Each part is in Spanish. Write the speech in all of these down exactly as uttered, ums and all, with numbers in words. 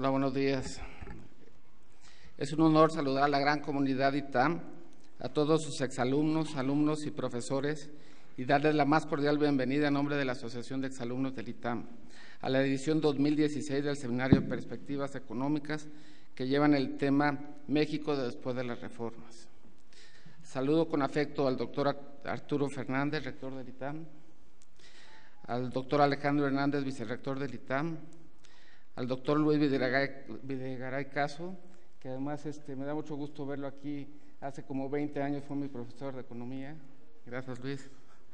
Hola, buenos días. Es un honor saludar a la gran comunidad I T A M, a todos sus exalumnos, alumnos y profesores, y darles la más cordial bienvenida en nombre de la Asociación de Exalumnos del I T A M, a la edición dos mil dieciséis del Seminario de Perspectivas Económicas, que llevan el tema México después de las reformas. Saludo con afecto al doctor Arturo Fernández, rector del I T A M, al doctor Alejandro Hernández, vicerrector del I T A M, al doctor Luis Videgaray, Videgaray Caso, que además este, me da mucho gusto verlo aquí. Hace como veinte años fue mi profesor de economía. Gracias, Luis.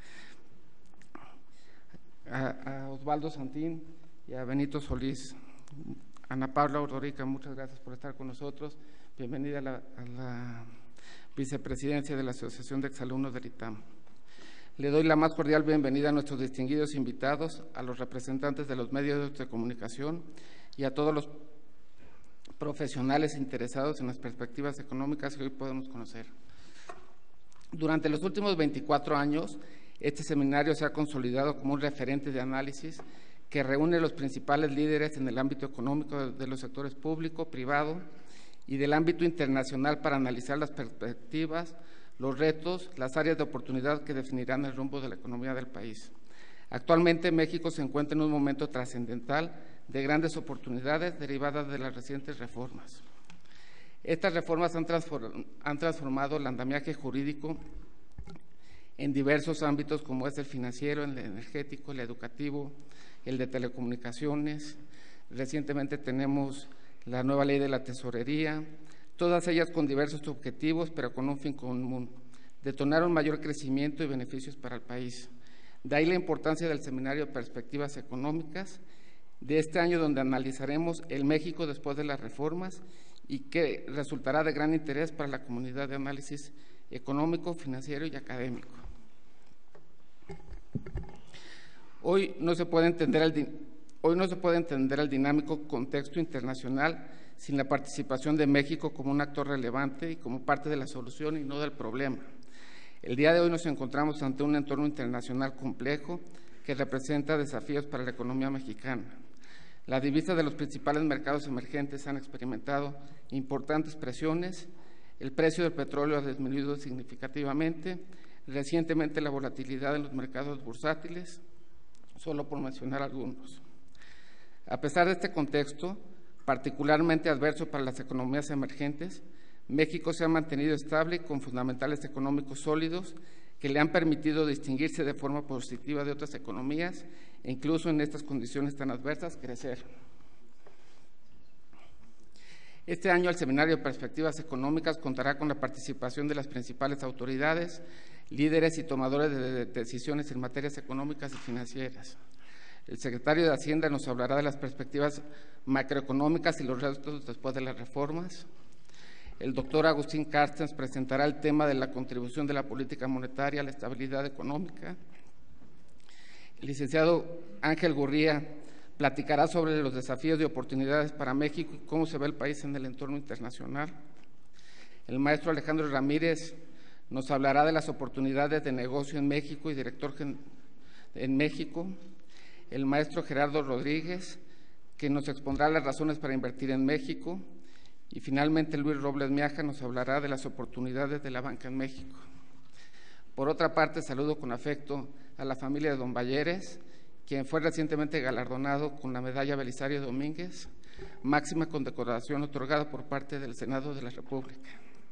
A, a Osvaldo Santín y a Benito Solís. Ana Paula Ordorica, muchas gracias por estar con nosotros. Bienvenida a la, a la vicepresidencia de la Asociación de Exalumnos del I T A M. Le doy la más cordial bienvenida a nuestros distinguidos invitados, a los representantes de los medios de comunicación y a todos los profesionales interesados en las perspectivas económicas que hoy podemos conocer. Durante los últimos veinticuatro años, este seminario se ha consolidado como un referente de análisis que reúne a los principales líderes en el ámbito económico de los sectores público, privado y del ámbito internacional para analizar las perspectivas, los retos, las áreas de oportunidad que definirán el rumbo de la economía del país. Actualmente México se encuentra en un momento trascendental de grandes oportunidades derivadas de las recientes reformas. Estas reformas han, transform han transformado el andamiaje jurídico en diversos ámbitos como es el financiero, el energético, el educativo, el de telecomunicaciones. Recientemente tenemos la nueva ley de la tesorería, todas ellas con diversos objetivos, pero con un fin común: detonar un mayor crecimiento y beneficios para el país. De ahí la importancia del seminario de Perspectivas Económicas de este año, donde analizaremos el México después de las reformas y que resultará de gran interés para la comunidad de análisis económico, financiero y académico. Hoy no se puede entender el, hoy no se puede entender el dinámico contexto internacional sin la participación de México como un actor relevante y como parte de la solución y no del problema. El día de hoy nos encontramos ante un entorno internacional complejo que representa desafíos para la economía mexicana. Las divisas de los principales mercados emergentes han experimentado importantes presiones, el precio del petróleo ha disminuido significativamente, recientemente la volatilidad en los mercados bursátiles, solo por mencionar algunos. A pesar de este contexto, particularmente adverso para las economías emergentes, México se ha mantenido estable y con fundamentales económicos sólidos que le han permitido distinguirse de forma positiva de otras economías e incluso en estas condiciones tan adversas crecer. Este año el Seminario de Perspectivas Económicas contará con la participación de las principales autoridades, líderes y tomadores de decisiones en materias económicas y financieras. El secretario de Hacienda nos hablará de las perspectivas macroeconómicas y los retos después de las reformas. El doctor Agustín Carstens presentará el tema de la contribución de la política monetaria a la estabilidad económica. El licenciado Ángel Gurría platicará sobre los desafíos y oportunidades para México y cómo se ve el país en el entorno internacional. El maestro Alejandro Ramírez nos hablará de las oportunidades de negocio en México y director en México. El maestro Gerardo Rodríguez, que nos expondrá las razones para invertir en México. Y finalmente Luis Robles Miaja nos hablará de las oportunidades de la banca en México. Por otra parte, saludo con afecto a la familia de don Balleres, quien fue recientemente galardonado con la medalla Belisario Domínguez, máxima condecoración otorgada por parte del Senado de la República,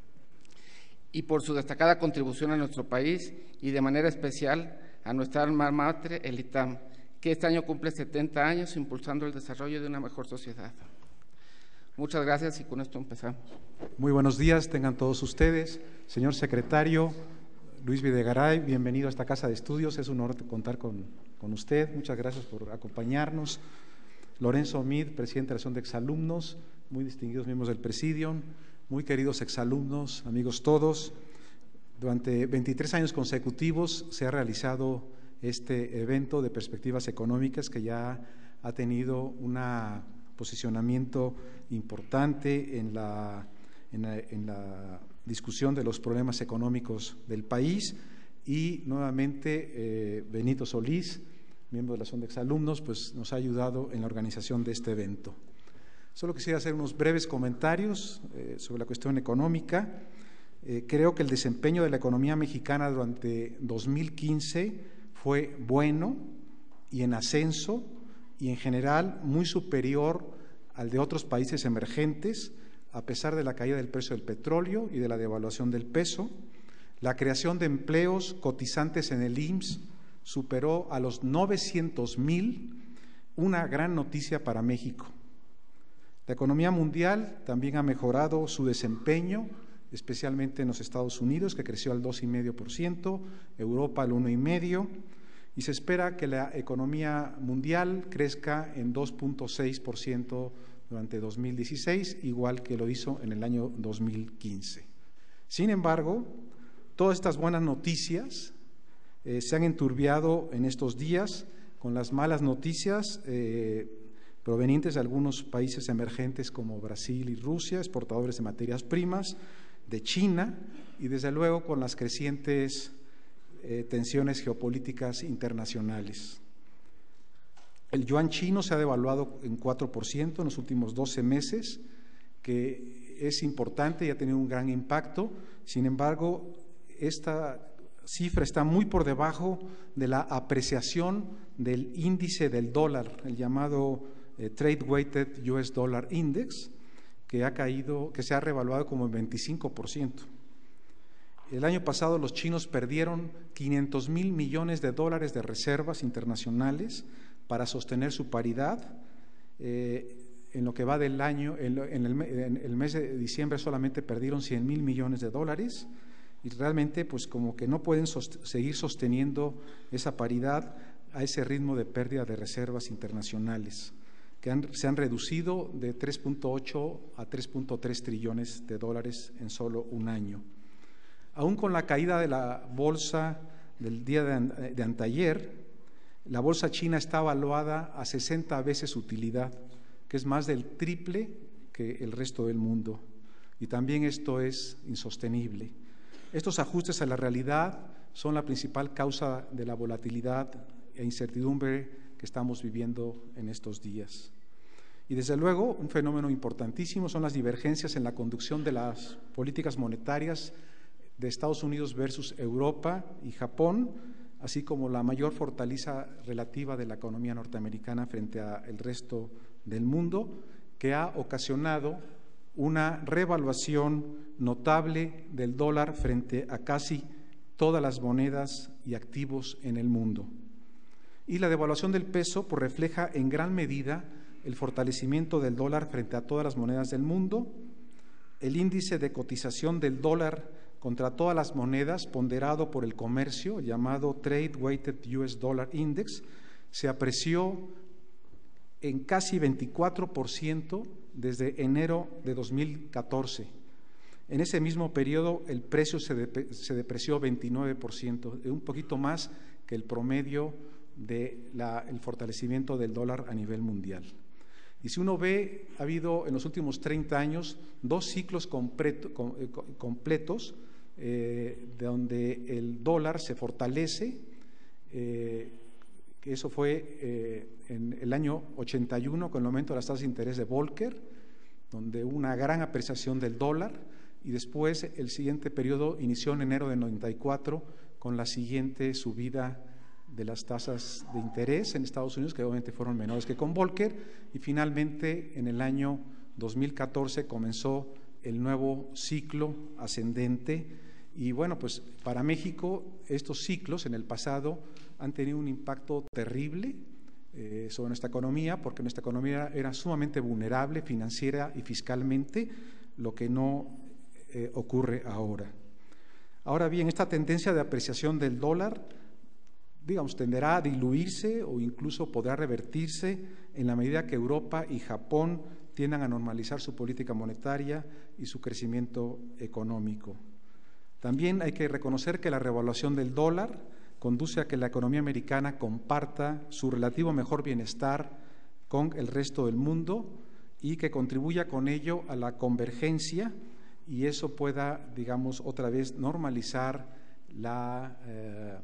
y por su destacada contribución a nuestro país y de manera especial a nuestra alma mater, el I T A M, que este año cumple setenta años impulsando el desarrollo de una mejor sociedad. Muchas gracias y con esto empezamos. Muy buenos días, tengan todos ustedes. Señor secretario Luis Videgaray, bienvenido a esta casa de estudios, es un honor contar con, con usted. Muchas gracias por acompañarnos. Lorenzo Mid, presidente de la Asociación de Exalumnos, muy distinguidos miembros del Presidium, muy queridos exalumnos, amigos todos. Durante veintitrés años consecutivos se ha realizado este evento de perspectivas económicas que ya ha tenido un posicionamiento importante en la, en, la, en la discusión de los problemas económicos del país. Y nuevamente eh, Benito Solís, miembro de la Asociación de Exalumnos, pues nos ha ayudado en la organización de este evento. Solo quisiera hacer unos breves comentarios eh, sobre la cuestión económica. Eh, creo que el desempeño de la economía mexicana durante dos mil quince fue bueno y en ascenso y en general muy superior al de otros países emergentes, a pesar de la caída del precio del petróleo y de la devaluación del peso. La creación de empleos cotizantes en el I M S S superó a los novecientos mil, una gran noticia para México. La economía mundial también ha mejorado su desempeño, especialmente en los Estados Unidos, que creció al dos coma cinco por ciento, Europa al uno coma cinco por ciento, y se espera que la economía mundial crezca en dos coma seis por ciento durante dos mil dieciséis, igual que lo hizo en el año dos mil quince. Sin embargo, todas estas buenas noticias eh, se han enturbiado en estos días con las malas noticias eh, provenientes de algunos países emergentes como Brasil y Rusia, exportadores de materias primas, de China y desde luego con las crecientes eh, tensiones geopolíticas internacionales. El yuan chino se ha devaluado en cuatro por ciento en los últimos doce meses, que es importante y ha tenido un gran impacto. Sin embargo, esta cifra está muy por debajo de la apreciación del índice del dólar, el llamado eh, Trade Weighted U S Dollar Index, que ha caído, que se ha revaluado como en veinticinco por ciento. El año pasado los chinos perdieron quinientos mil millones de dólares de reservas internacionales para sostener su paridad. Eh, en lo que va del año, en, en, el, en el mes de diciembre solamente perdieron cien mil millones de dólares y realmente pues como que no pueden sost- seguir sosteniendo esa paridad a ese ritmo de pérdida de reservas internacionales, que han, se han reducido de tres punto ocho a tres punto tres trillones de dólares en solo un año. Aún con la caída de la bolsa del día de, de anteayer, la bolsa china está evaluada a sesenta veces su utilidad, que es más del triple que el resto del mundo. Y también esto es insostenible. Estos ajustes a la realidad son la principal causa de la volatilidad e incertidumbre que estamos viviendo en estos días. Y desde luego, un fenómeno importantísimo son las divergencias en la conducción de las políticas monetarias de Estados Unidos versus Europa y Japón, así como la mayor fortaleza relativa de la economía norteamericana frente al resto del mundo, que ha ocasionado una revaluación notable del dólar frente a casi todas las monedas y activos en el mundo. Y la devaluación del peso pues, refleja en gran medida el fortalecimiento del dólar frente a todas las monedas del mundo. El índice de cotización del dólar contra todas las monedas, ponderado por el comercio, llamado Trade Weighted U S Dollar Index, se apreció en casi veinticuatro por ciento desde enero de dos mil catorce. En ese mismo periodo el precio se, de, se depreció veintinueve por ciento, un poquito más que el promedio del de fortalecimiento del dólar a nivel mundial. Y si uno ve, ha habido en los últimos treinta años dos ciclos completo, com, eh, completos eh, donde el dólar se fortalece. Eh, eso fue eh, en el año ochenta y uno con el aumento de las tasas de interés de Volcker, donde hubo una gran apreciación del dólar, y después el siguiente periodo inició en enero de noventa y cuatro con la siguiente subida de las tasas de interés en Estados Unidos, que obviamente fueron menores que con Volcker, y finalmente en el año dos mil catorce comenzó el nuevo ciclo ascendente. Y bueno, pues para México estos ciclos en el pasado han tenido un impacto terrible eh, sobre nuestra economía, porque nuestra economía era sumamente vulnerable financiera y fiscalmente, lo que no eh, ocurre ahora. Ahora bien, esta tendencia de apreciación del dólar, digamos, tenderá a diluirse o incluso podrá revertirse en la medida que Europa y Japón tiendan a normalizar su política monetaria y su crecimiento económico. También hay que reconocer que la revaluación del dólar conduce a que la economía americana comparta su relativo mejor bienestar con el resto del mundo y que contribuya con ello a la convergencia y eso pueda, digamos, otra vez normalizar la eh,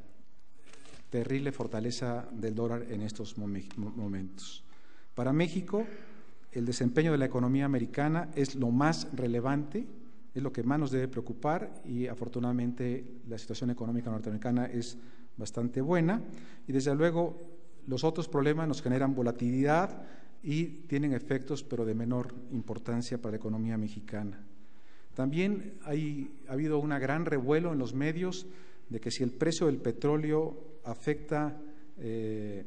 terrible fortaleza del dólar en estos momentos. Para México, el desempeño de la economía americana es lo más relevante, es lo que más nos debe preocupar, y afortunadamente la situación económica norteamericana es bastante buena, y desde luego los otros problemas nos generan volatilidad y tienen efectos pero de menor importancia para la economía mexicana. También hay, ha habido un gran revuelo en los medios de que si el precio del petróleo afecta, eh,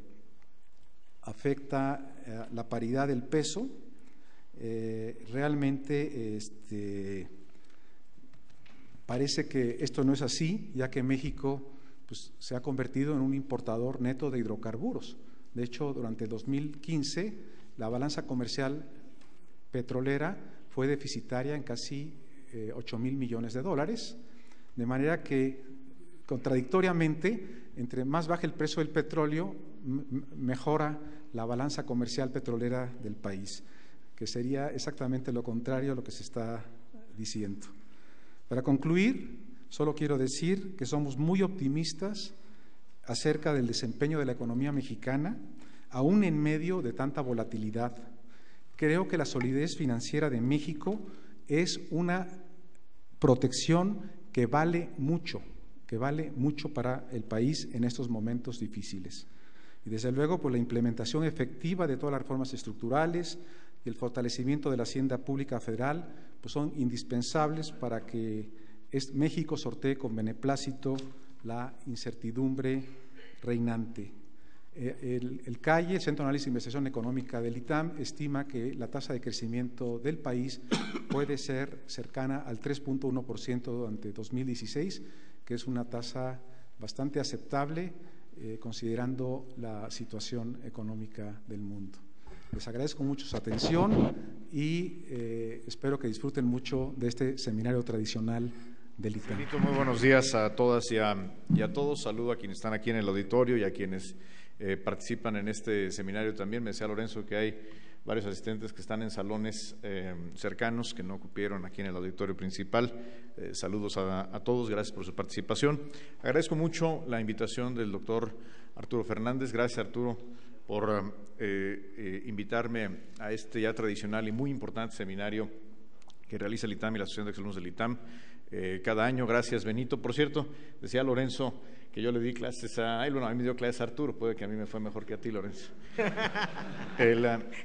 afecta eh, la paridad del peso, eh, realmente este, parece que esto no es así, ya que México pues, se ha convertido en un importador neto de hidrocarburos. De hecho, durante el dos mil quince, la balanza comercial petrolera fue deficitaria en casi eh, ocho mil millones de dólares, de manera que, contradictoriamente, entre más baja el precio del petróleo, mejora la balanza comercial petrolera del país, que sería exactamente lo contrario a lo que se está diciendo. Para concluir, solo quiero decir que somos muy optimistas acerca del desempeño de la economía mexicana, aún en medio de tanta volatilidad. Creo que la solidez financiera de México es una protección que vale mucho, que vale mucho para el país en estos momentos difíciles. Y desde luego, pues la implementación efectiva de todas las reformas estructurales y el fortalecimiento de la hacienda pública federal pues son indispensables para que es, México sortee con beneplácito la incertidumbre reinante. Eh, el, el CAIE, el Centro de Análisis e Investigación Económica del ITAM, estima que la tasa de crecimiento del país puede ser cercana al tres punto uno por ciento durante dos mil dieciséis, que es una tasa bastante aceptable eh, considerando la situación económica del mundo. Les agradezco mucho su atención y eh, espero que disfruten mucho de este seminario tradicional del ITAM. Benito, muy buenos días a todas y a, y a todos. Saludo a quienes están aquí en el auditorio y a quienes eh, participan en este seminario también. Me decía Lorenzo que hay varios asistentes que están en salones eh, cercanos que no cupieron aquí en el auditorio principal. Eh, saludos a, a todos, gracias por su participación. Agradezco mucho la invitación del doctor Arturo Fernández. Gracias, Arturo, por eh, eh, invitarme a este ya tradicional y muy importante seminario que realiza el ITAM y la Asociación de Exalumnos del ITAM eh, cada año. Gracias, Benito. Por cierto, decía Lorenzo que yo le di clases a él, bueno, a mí me dio clases a Arturo, puede que a mí me fue mejor que a ti, Lorenzo. el,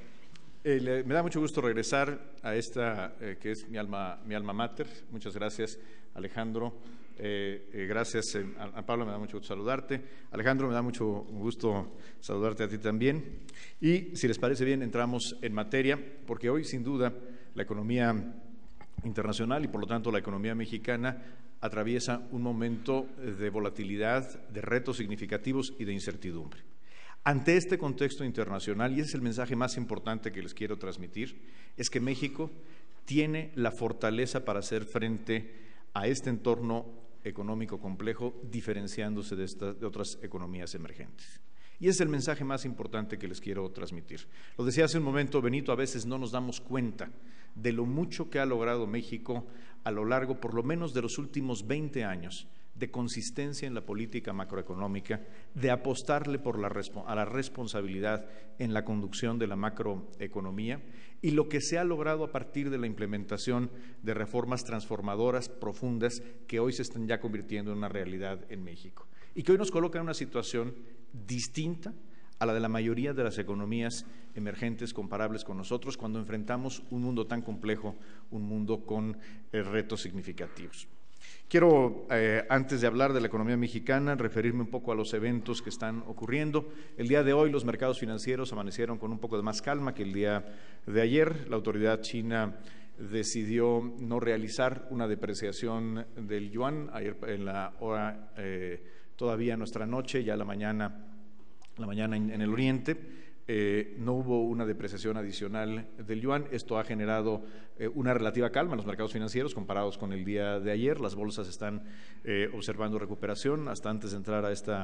el, me da mucho gusto regresar a esta eh, que es mi alma, mi alma mater. Muchas gracias, Alejandro. Eh, eh, gracias eh, a, a Pablo, me da mucho gusto saludarte. Alejandro, me da mucho gusto saludarte a ti también. Y si les parece bien, entramos en materia, porque hoy sin duda la economía internacional y por lo tanto la economía mexicana atraviesa un momento de volatilidad, de retos significativos y de incertidumbre. Ante este contexto internacional, y ese es el mensaje más importante que les quiero transmitir, es que México tiene la fortaleza para hacer frente a este entorno económico complejo, diferenciándose de, esta, de otras economías emergentes. Y ese es el mensaje más importante que les quiero transmitir. Lo decía hace un momento Benito, a veces no nos damos cuenta de lo mucho que ha logrado México a lo largo, por lo menos, de los últimos veinte años, de consistencia en la política macroeconómica, de apostarle por la, a la responsabilidad en la conducción de la macroeconomía y lo que se ha logrado a partir de la implementación de reformas transformadoras profundas que hoy se están ya convirtiendo en una realidad en México y que hoy nos coloca en una situación distinta a la de la mayoría de las economías emergentes comparables con nosotros cuando enfrentamos un mundo tan complejo, un mundo con eh, retos significativos. Quiero, eh, antes de hablar de la economía mexicana, referirme un poco a los eventos que están ocurriendo. El día de hoy los mercados financieros amanecieron con un poco de más calma que el día de ayer. La autoridad china decidió no realizar una depreciación del yuan ayer en la hora, eh, todavía nuestra noche, ya la mañana, la mañana en, en el oriente. Eh, no hubo una depreciación adicional del yuan. Esto ha generado eh, una relativa calma en los mercados financieros comparados con el día de ayer. Las bolsas están eh, observando recuperación. Hasta antes de entrar a esta,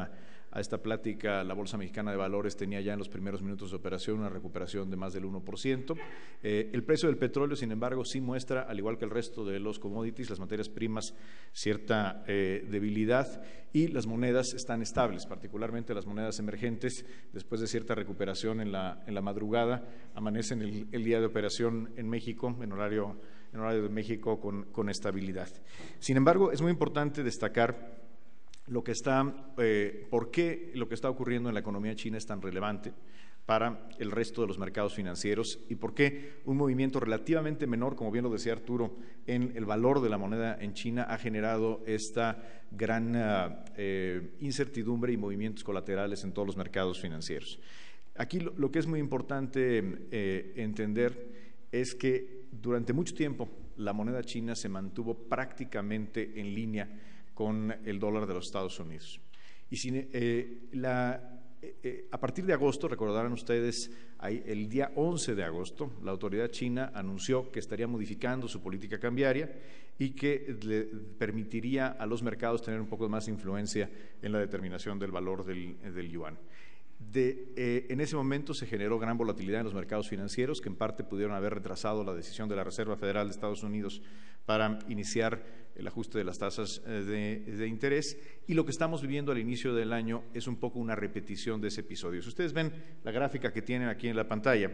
a esta plática, la Bolsa Mexicana de Valores tenía ya en los primeros minutos de operación una recuperación de más del uno por ciento. Eh, el precio del petróleo, sin embargo, sí muestra, al igual que el resto de los commodities, las materias primas, cierta eh, debilidad, y las monedas están estables, particularmente las monedas emergentes, después de cierta recuperación en la, en la madrugada, amanecen el, el día de operación en México, en horario, en horario de México, con, con estabilidad. Sin embargo, es muy importante destacar lo que está, eh, por qué lo que está ocurriendo en la economía china es tan relevante para el resto de los mercados financieros y por qué un movimiento relativamente menor, como bien lo decía Arturo, en el valor de la moneda en China ha generado esta gran eh, incertidumbre y movimientos colaterales en todos los mercados financieros. Aquí lo, lo que es muy importante eh, entender es que durante mucho tiempo la moneda china se mantuvo prácticamente en línea con el dólar de los Estados Unidos. Y sin, eh, la, eh, a partir de agosto, recordarán ustedes, ahí, el día once de agosto, la autoridad china anunció que estaría modificando su política cambiaria y que le permitiría a los mercados tener un poco más de influencia en la determinación del valor del, del yuan. De, eh, en ese momento se generó gran volatilidad en los mercados financieros, que en parte pudieron haber retrasado la decisión de la Reserva Federal de Estados Unidos para iniciar el ajuste de las tasas de, de interés, y lo que estamos viviendo al inicio del año es un poco una repetición de ese episodio. Si ustedes ven la gráfica que tienen aquí en la pantalla,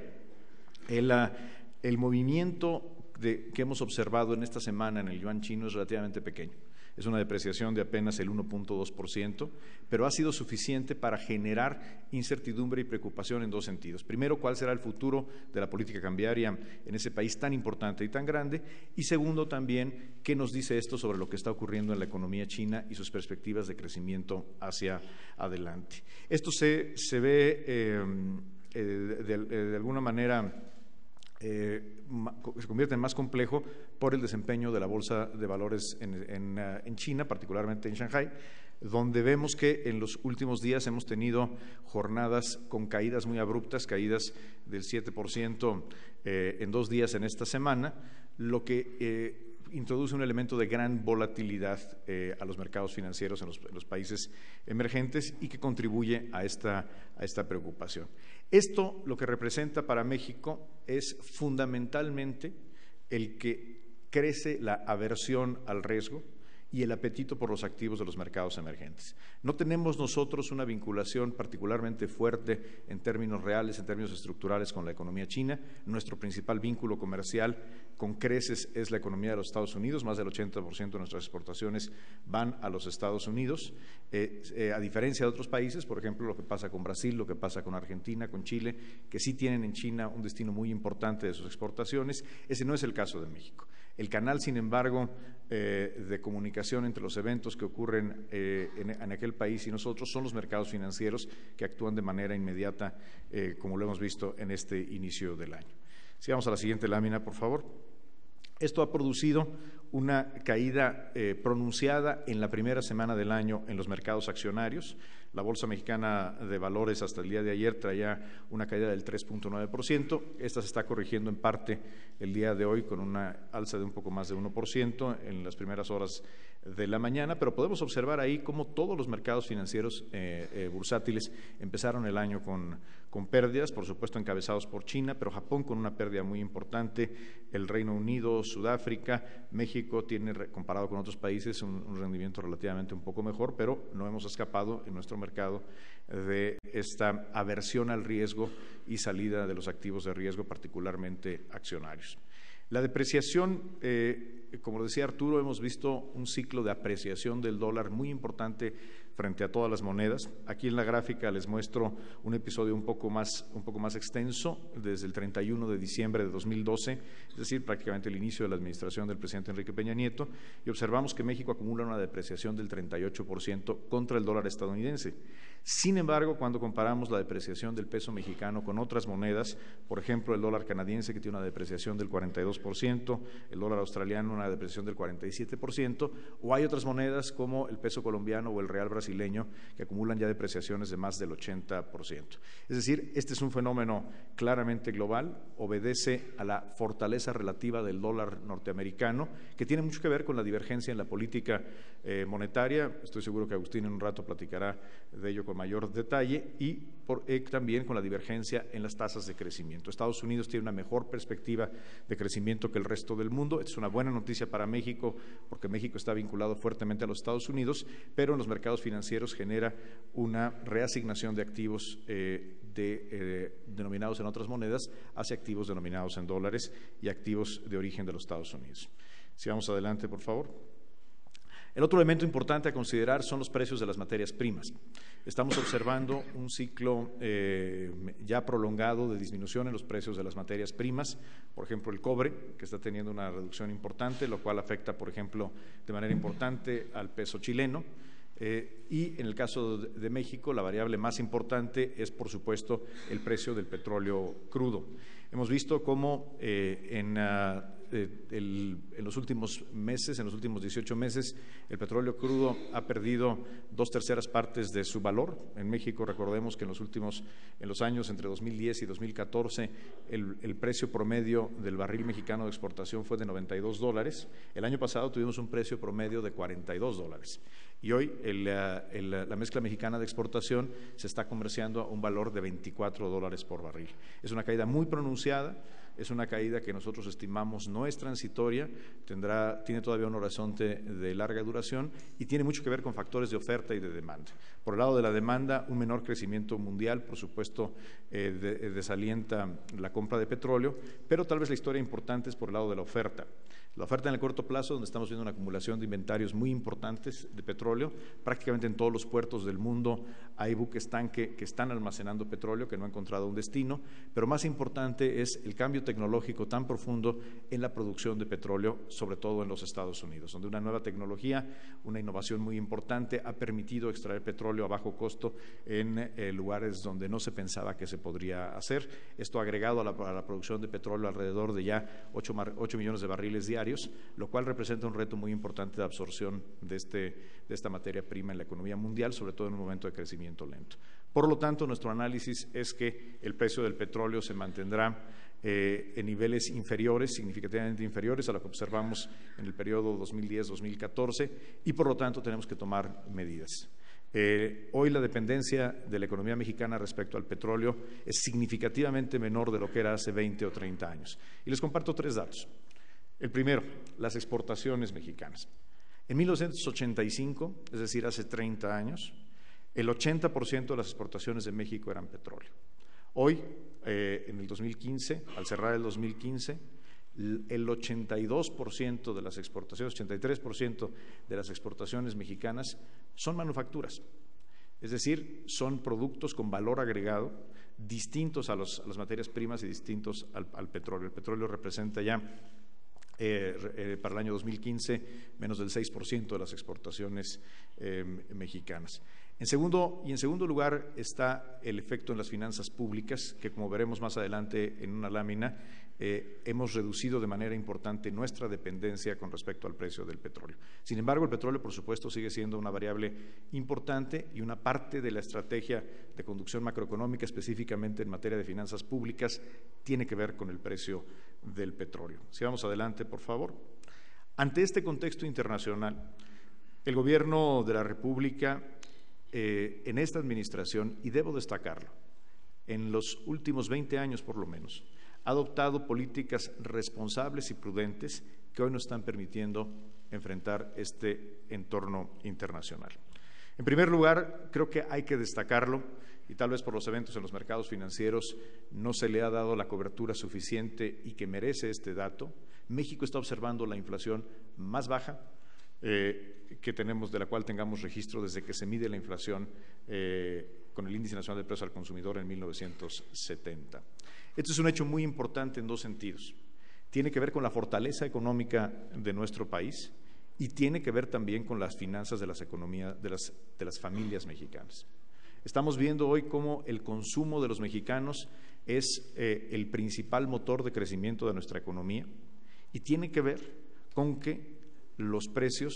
el, el movimiento de, que hemos observado en esta semana en el yuan chino es relativamente pequeño. Es una depreciación de apenas el uno punto dos por ciento, pero ha sido suficiente para generar incertidumbre y preocupación en dos sentidos. Primero, cuál será el futuro de la política cambiaria en ese país tan importante y tan grande, y segundo también, qué nos dice esto sobre lo que está ocurriendo en la economía china y sus perspectivas de crecimiento hacia adelante. Esto se, se ve eh, eh, de, de, de alguna manera Eh, se convierte en más complejo por el desempeño de la bolsa de valores en, en, uh, en China, particularmente en Shanghái, donde vemos que en los últimos días hemos tenido jornadas con caídas muy abruptas, caídas del siete por ciento eh, en dos días en esta semana, lo que eh, introduce un elemento de gran volatilidad eh, a los mercados financieros en los, en los países emergentes y que contribuye a esta, a esta preocupación. Esto lo que representa para México es fundamentalmente el que crece la aversión al riesgo y el apetito por los activos de los mercados emergentes. No tenemos nosotros una vinculación particularmente fuerte en términos reales, en términos estructurales con la economía china. Nuestro principal vínculo comercial con creces es la economía de los Estados Unidos. Más del ochenta por ciento de nuestras exportaciones van a los Estados Unidos. Eh, eh, a diferencia de otros países, por ejemplo, lo que pasa con Brasil, lo que pasa con Argentina, con Chile, que sí tienen en China un destino muy importante de sus exportaciones, ese no es el caso de México. El canal, sin embargo, eh, de comunicación entre los eventos que ocurren eh, en, en aquel país y nosotros son los mercados financieros que actúan de manera inmediata, eh, como lo hemos visto en este inicio del año. Si vamos a la siguiente lámina, por favor. Esto ha producido una caída eh, pronunciada en la primera semana del año en los mercados accionarios. La Bolsa Mexicana de Valores hasta el día de ayer traía una caída del tres punto nueve por ciento. Esta se está corrigiendo en parte el día de hoy con una alza de un poco más de uno por ciento en las primeras horas de la mañana, pero podemos observar ahí cómo todos los mercados financieros eh, eh, bursátiles empezaron el año con, con pérdidas, por supuesto encabezados por China, pero Japón con una pérdida muy importante, el Reino Unido, Sudáfrica, México tiene, comparado con otros países, un, un rendimiento relativamente un poco mejor, pero no hemos escapado en nuestro mercado de esta aversión al riesgo y salida de los activos de riesgo, particularmente accionarios. La depreciación, eh, como decía Arturo, hemos visto un ciclo de apreciación del dólar muy importante frente a todas las monedas. Aquí en la gráfica les muestro un episodio un poco más, un poco más extenso, desde el treinta y uno de diciembre de dos mil doce, es decir, prácticamente el inicio de la administración del presidente Enrique Peña Nieto, y observamos que México acumula una depreciación del treinta y ocho por ciento contra el dólar estadounidense. Sin embargo, cuando comparamos la depreciación del peso mexicano con otras monedas, por ejemplo, el dólar canadiense, que tiene una depreciación del cuarenta y dos por ciento, el dólar australiano una depreciación del cuarenta y siete por ciento, o hay otras monedas como el peso colombiano o el real brasileño, brasileño, que acumulan ya depreciaciones de más del ochenta por ciento. Es decir, este es un fenómeno claramente global, obedece a la fortaleza relativa del dólar norteamericano, que tiene mucho que ver con la divergencia en la política eh, monetaria. Estoy seguro que Agustín en un rato platicará de ello con mayor detalle, y por, eh, también con la divergencia en las tasas de crecimiento. Estados Unidos tiene una mejor perspectiva de crecimiento que el resto del mundo. Esta es una buena noticia para México, porque México está vinculado fuertemente a los Estados Unidos, pero en los mercados financieros genera una reasignación de activos eh, de, eh, denominados en otras monedas hacia activos denominados en dólares y activos de origen de los Estados Unidos. Si vamos adelante, por favor. El otro elemento importante a considerar son los precios de las materias primas. Estamos observando un ciclo eh, ya prolongado de disminución en los precios de las materias primas, por ejemplo el cobre, que está teniendo una reducción importante, lo cual afecta, por ejemplo, de manera importante al peso chileno. Eh, y en el caso de, de México, la variable más importante es, por supuesto, el precio del petróleo crudo. Hemos visto cómo eh, en, uh, el, en los últimos meses, en los últimos dieciocho meses, el petróleo crudo ha perdido dos terceras partes de su valor. En México, recordemos que en los últimos, en los años entre dos mil diez y dos mil catorce, el, el precio promedio del barril mexicano de exportación fue de noventa y dos dólares. El año pasado tuvimos un precio promedio de cuarenta y dos dólares. Y hoy el, el, la mezcla mexicana de exportación se está comerciando a un valor de veinticuatro dólares por barril. Es una caída muy pronunciada, es una caída que nosotros estimamos no es transitoria, tendrá, tiene todavía un horizonte de larga duración y tiene mucho que ver con factores de oferta y de demanda. Por el lado de la demanda, un menor crecimiento mundial, por supuesto, eh, de, desalienta la compra de petróleo, pero tal vez la historia importante es por el lado de la oferta. La oferta en el corto plazo, donde estamos viendo una acumulación de inventarios muy importantes de petróleo, prácticamente en todos los puertos del mundo hay buques tanque que están almacenando petróleo, que no han encontrado un destino, pero más importante es el cambio tecnológico tan profundo en la producción de petróleo, sobre todo en los Estados Unidos, donde una nueva tecnología, una innovación muy importante ha permitido extraer petróleo a bajo costo en eh, lugares donde no se pensaba que se podría hacer. Esto agregado a la, a la producción de petróleo alrededor de ya ocho millones de barriles diarios, lo cual representa un reto muy importante de absorción de, este, de esta materia prima en la economía mundial, sobre todo en un momento de crecimiento lento. Por lo tanto, nuestro análisis es que el precio del petróleo se mantendrá eh, en niveles inferiores, significativamente inferiores a lo que observamos en el periodo dos mil diez a dos mil catorce, y por lo tanto tenemos que tomar medidas. Eh, hoy la dependencia de la economía mexicana respecto al petróleo es significativamente menor de lo que era hace veinte o treinta años. Y les comparto tres datos. El primero, las exportaciones mexicanas. En mil novecientos ochenta y cinco, es decir, hace treinta años, el ochenta por ciento de las exportaciones de México eran petróleo. Hoy, eh, en el dos mil quince, al cerrar el dos mil quince, el ochenta y dos por ciento de las exportaciones, ochenta y tres por ciento de las exportaciones mexicanas son manufacturas. Es decir, son productos con valor agregado distintos a, los, a las materias primas y distintos al, al petróleo. El petróleo representa ya Eh, eh, para el año dos mil quince, menos del seis por ciento de las exportaciones eh, mexicanas. En segundo, y en segundo lugar está el efecto en las finanzas públicas, que como veremos más adelante en una lámina, eh, hemos reducido de manera importante nuestra dependencia con respecto al precio del petróleo. Sin embargo, el petróleo, por supuesto, sigue siendo una variable importante y una parte de la estrategia de conducción macroeconómica, específicamente en materia de finanzas públicas, tiene que ver con el precio del petróleo. Si vamos adelante, por favor. Ante este contexto internacional, el Gobierno de la República, eh, en esta administración, y debo destacarlo, en los últimos veinte años por lo menos, ha adoptado políticas responsables y prudentes que hoy nos están permitiendo enfrentar este entorno internacional. En primer lugar, creo que hay que destacarlo, y tal vez por los eventos en los mercados financieros no se le ha dado la cobertura suficiente y que merece este dato. México está observando la inflación más baja eh, que tenemos, de la cual tengamos registro desde que se mide la inflación eh, con el Índice Nacional de Precios al Consumidor en mil novecientos setenta. Esto es un hecho muy importante en dos sentidos. Tiene que ver con la fortaleza económica de nuestro país y tiene que ver también con las finanzas de las economías de las, de las familias mexicanas. Estamos viendo hoy cómo el consumo de los mexicanos es eh, el principal motor de crecimiento de nuestra economía y tiene que ver con que los precios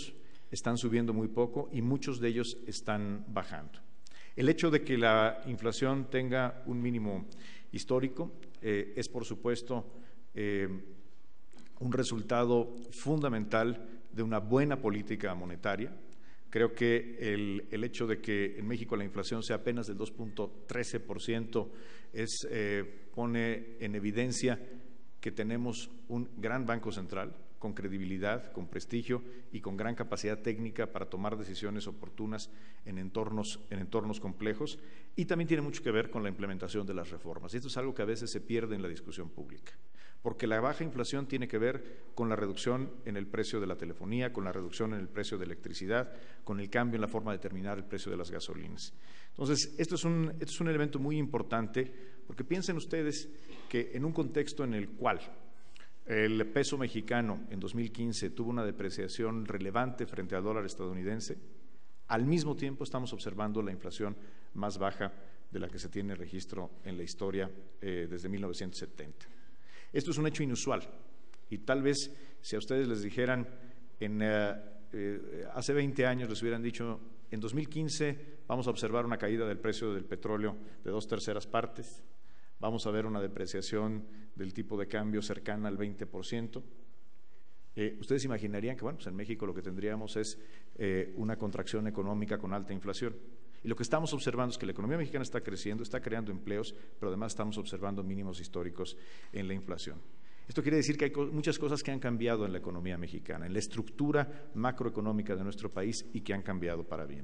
están subiendo muy poco y muchos de ellos están bajando. El hecho de que la inflación tenga un mínimo histórico eh, es, por supuesto, eh, un resultado fundamental de una buena política monetaria. Creo que el, el hecho de que en México la inflación sea apenas del dos punto trece por ciento es, eh, pone en evidencia que tenemos un gran Banco Central con credibilidad, con prestigio y con gran capacidad técnica para tomar decisiones oportunas en entornos, en entornos complejos, y también tiene mucho que ver con la implementación de las reformas. Y esto es algo que a veces se pierde en la discusión pública, porque la baja inflación tiene que ver con la reducción en el precio de la telefonía, con la reducción en el precio de electricidad, con el cambio en la forma de determinar el precio de las gasolinas. Entonces, esto es un, esto es un elemento muy importante, porque piensen ustedes que en un contexto en el cual el peso mexicano en dos mil quince tuvo una depreciación relevante frente al dólar estadounidense, al mismo tiempo estamos observando la inflación más baja de la que se tiene registro en la historia eh, desde mil novecientos setenta. Esto es un hecho inusual y tal vez si a ustedes les dijeran en, eh, eh, hace veinte años les hubieran dicho en dos mil quince vamos a observar una caída del precio del petróleo de dos terceras partes, vamos a ver una depreciación del tipo de cambio cercana al veinte por ciento. Eh, ustedes imaginarían que, bueno, pues en México lo que tendríamos es eh, una contracción económica con alta inflación. Y lo que estamos observando es que la economía mexicana está creciendo, está creando empleos, pero además estamos observando mínimos históricos en la inflación. Esto quiere decir que hay co- muchas cosas que han cambiado en la economía mexicana, en la estructura macroeconómica de nuestro país y que han cambiado para bien.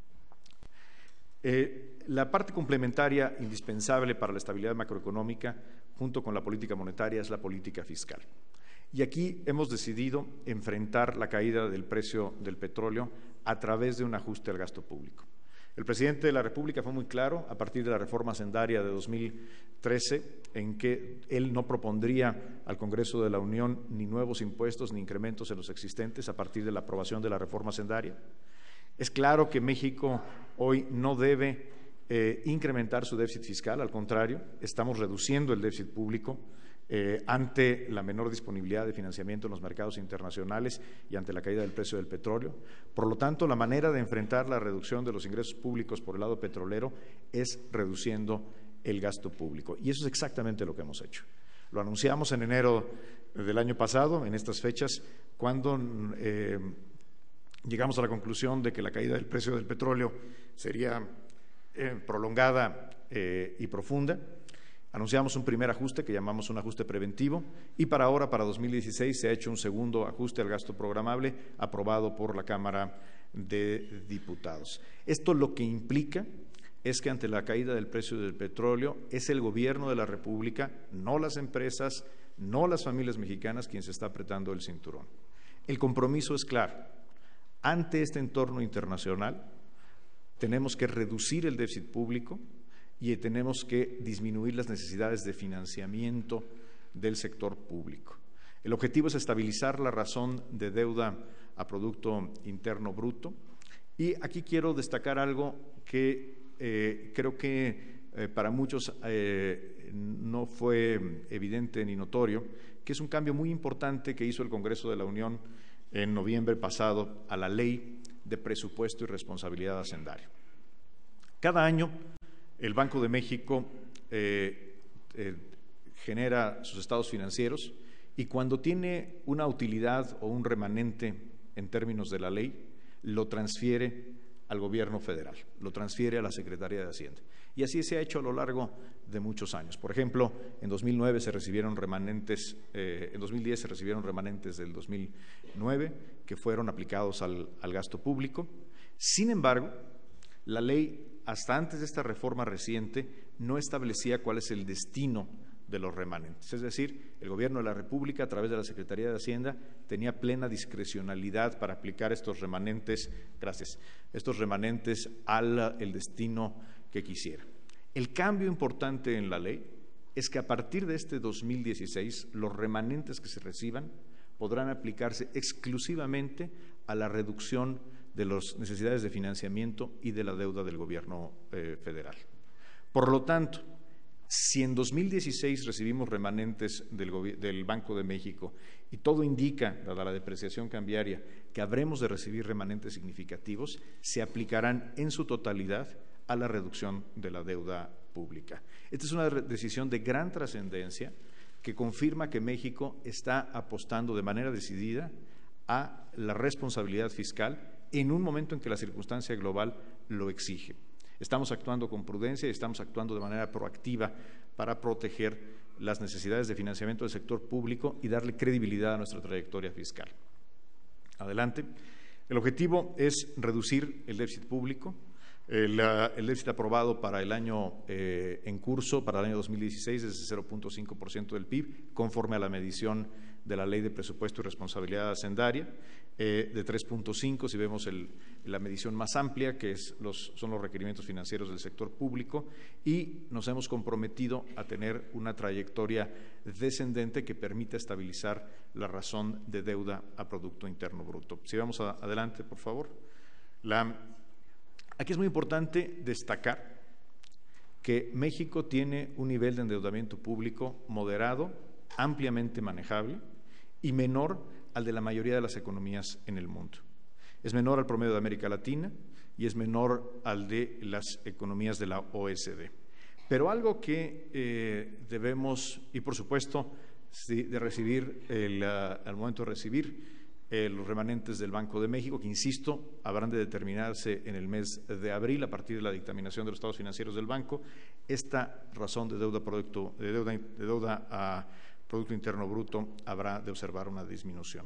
Eh, la parte complementaria indispensable para la estabilidad macroeconómica, junto con la política monetaria, es la política fiscal. Y aquí hemos decidido enfrentar la caída del precio del petróleo a través de un ajuste al gasto público. El presidente de la República fue muy claro a partir de la reforma hacendaria de dos mil trece en que él no propondría al Congreso de la Unión ni nuevos impuestos ni incrementos en los existentes a partir de la aprobación de la reforma hacendaria. Es claro que México hoy no debe eh, incrementar su déficit fiscal, al contrario, estamos reduciendo el déficit público eh, ante la menor disponibilidad de financiamiento en los mercados internacionales y ante la caída del precio del petróleo. Por lo tanto, la manera de enfrentar la reducción de los ingresos públicos por el lado petrolero es reduciendo el gasto público. Y eso es exactamente lo que hemos hecho. Lo anunciamos en enero del año pasado, en estas fechas, cuando eh, llegamos a la conclusión de que la caída del precio del petróleo sería eh, prolongada eh, y profunda. Anunciamos un primer ajuste que llamamos un ajuste preventivo y para ahora, para dos mil dieciséis, se ha hecho un segundo ajuste al gasto programable aprobado por la Cámara de Diputados. Esto lo que implica es que ante la caída del precio del petróleo es el gobierno de la República, no las empresas, no las familias mexicanas, quien se está apretando el cinturón. El compromiso es claro. Ante este entorno internacional, tenemos que reducir el déficit público y tenemos que disminuir las necesidades de financiamiento del sector público. El objetivo es estabilizar la razón de deuda a Producto Interno Bruto. Y aquí quiero destacar algo que eh, creo que eh, para muchos eh, no fue evidente ni notorio, que es un cambio muy importante que hizo el Congreso de la Unión en noviembre pasado a la Ley de Presupuesto y Responsabilidad Hacendaria. Cada año el Banco de México eh, eh, genera sus estados financieros y cuando tiene una utilidad o un remanente en términos de la ley, lo transfiere al gobierno federal, lo transfiere a la Secretaría de Hacienda. Y así se ha hecho a lo largo de muchos años. Por ejemplo, en dos mil nueve se recibieron remanentes, eh, en dos mil diez se recibieron remanentes del dos mil nueve que fueron aplicados al, al gasto público. Sin embargo, la ley, hasta antes de esta reforma reciente, no establecía cuál es el destino de los remanentes. Es decir, el gobierno de la República, a través de la Secretaría de Hacienda, tenía plena discrecionalidad para aplicar estos remanentes, gracias, estos remanentes al el destino que quisiera. El cambio importante en la ley es que a partir de este dos mil dieciséis, los remanentes que se reciban podrán aplicarse exclusivamente a la reducción de las necesidades de financiamiento y de la deuda del gobierno eh, federal. Por lo tanto, Si en dos mil dieciséis recibimos remanentes del, del Banco de México y todo indica, dada la depreciación cambiaria, que habremos de recibir remanentes significativos, se aplicarán en su totalidad a la reducción de la deuda pública. Esta es una decisión de gran trascendencia que confirma que México está apostando de manera decidida a la responsabilidad fiscal en un momento en que la circunstancia global lo exige. Estamos actuando con prudencia y estamos actuando de manera proactiva para proteger las necesidades de financiamiento del sector público y darle credibilidad a nuestra trayectoria fiscal. Adelante. El objetivo es reducir el déficit público. El, el déficit aprobado para el año eh, en curso, para el año dos mil dieciséis, es de cero punto cinco por ciento del P I B, conforme a la medición de la Ley de Presupuesto y Responsabilidad Hacendaria, eh, de tres punto cinco si vemos el, la medición más amplia, que es los, son los requerimientos financieros del sector público, y nos hemos comprometido a tener una trayectoria descendente que permita estabilizar la razón de deuda a Producto Interno Bruto. Si vamos a, adelante, por favor. La, aquí es muy importante destacar que México tiene un nivel de endeudamiento público moderado, ampliamente manejable y menor al de la mayoría de las economías en el mundo. Es menor al promedio de América Latina y es menor al de las economías de la O E C D. Pero algo que eh, debemos, y por supuesto, sí, de recibir, el, uh, al momento de recibir eh, los remanentes del Banco de México, que insisto, habrán de determinarse en el mes de abril a partir de la dictaminación de los estados financieros del banco, esta razón de deuda, producto, de deuda, de deuda a Producto Interno Bruto habrá de observar una disminución.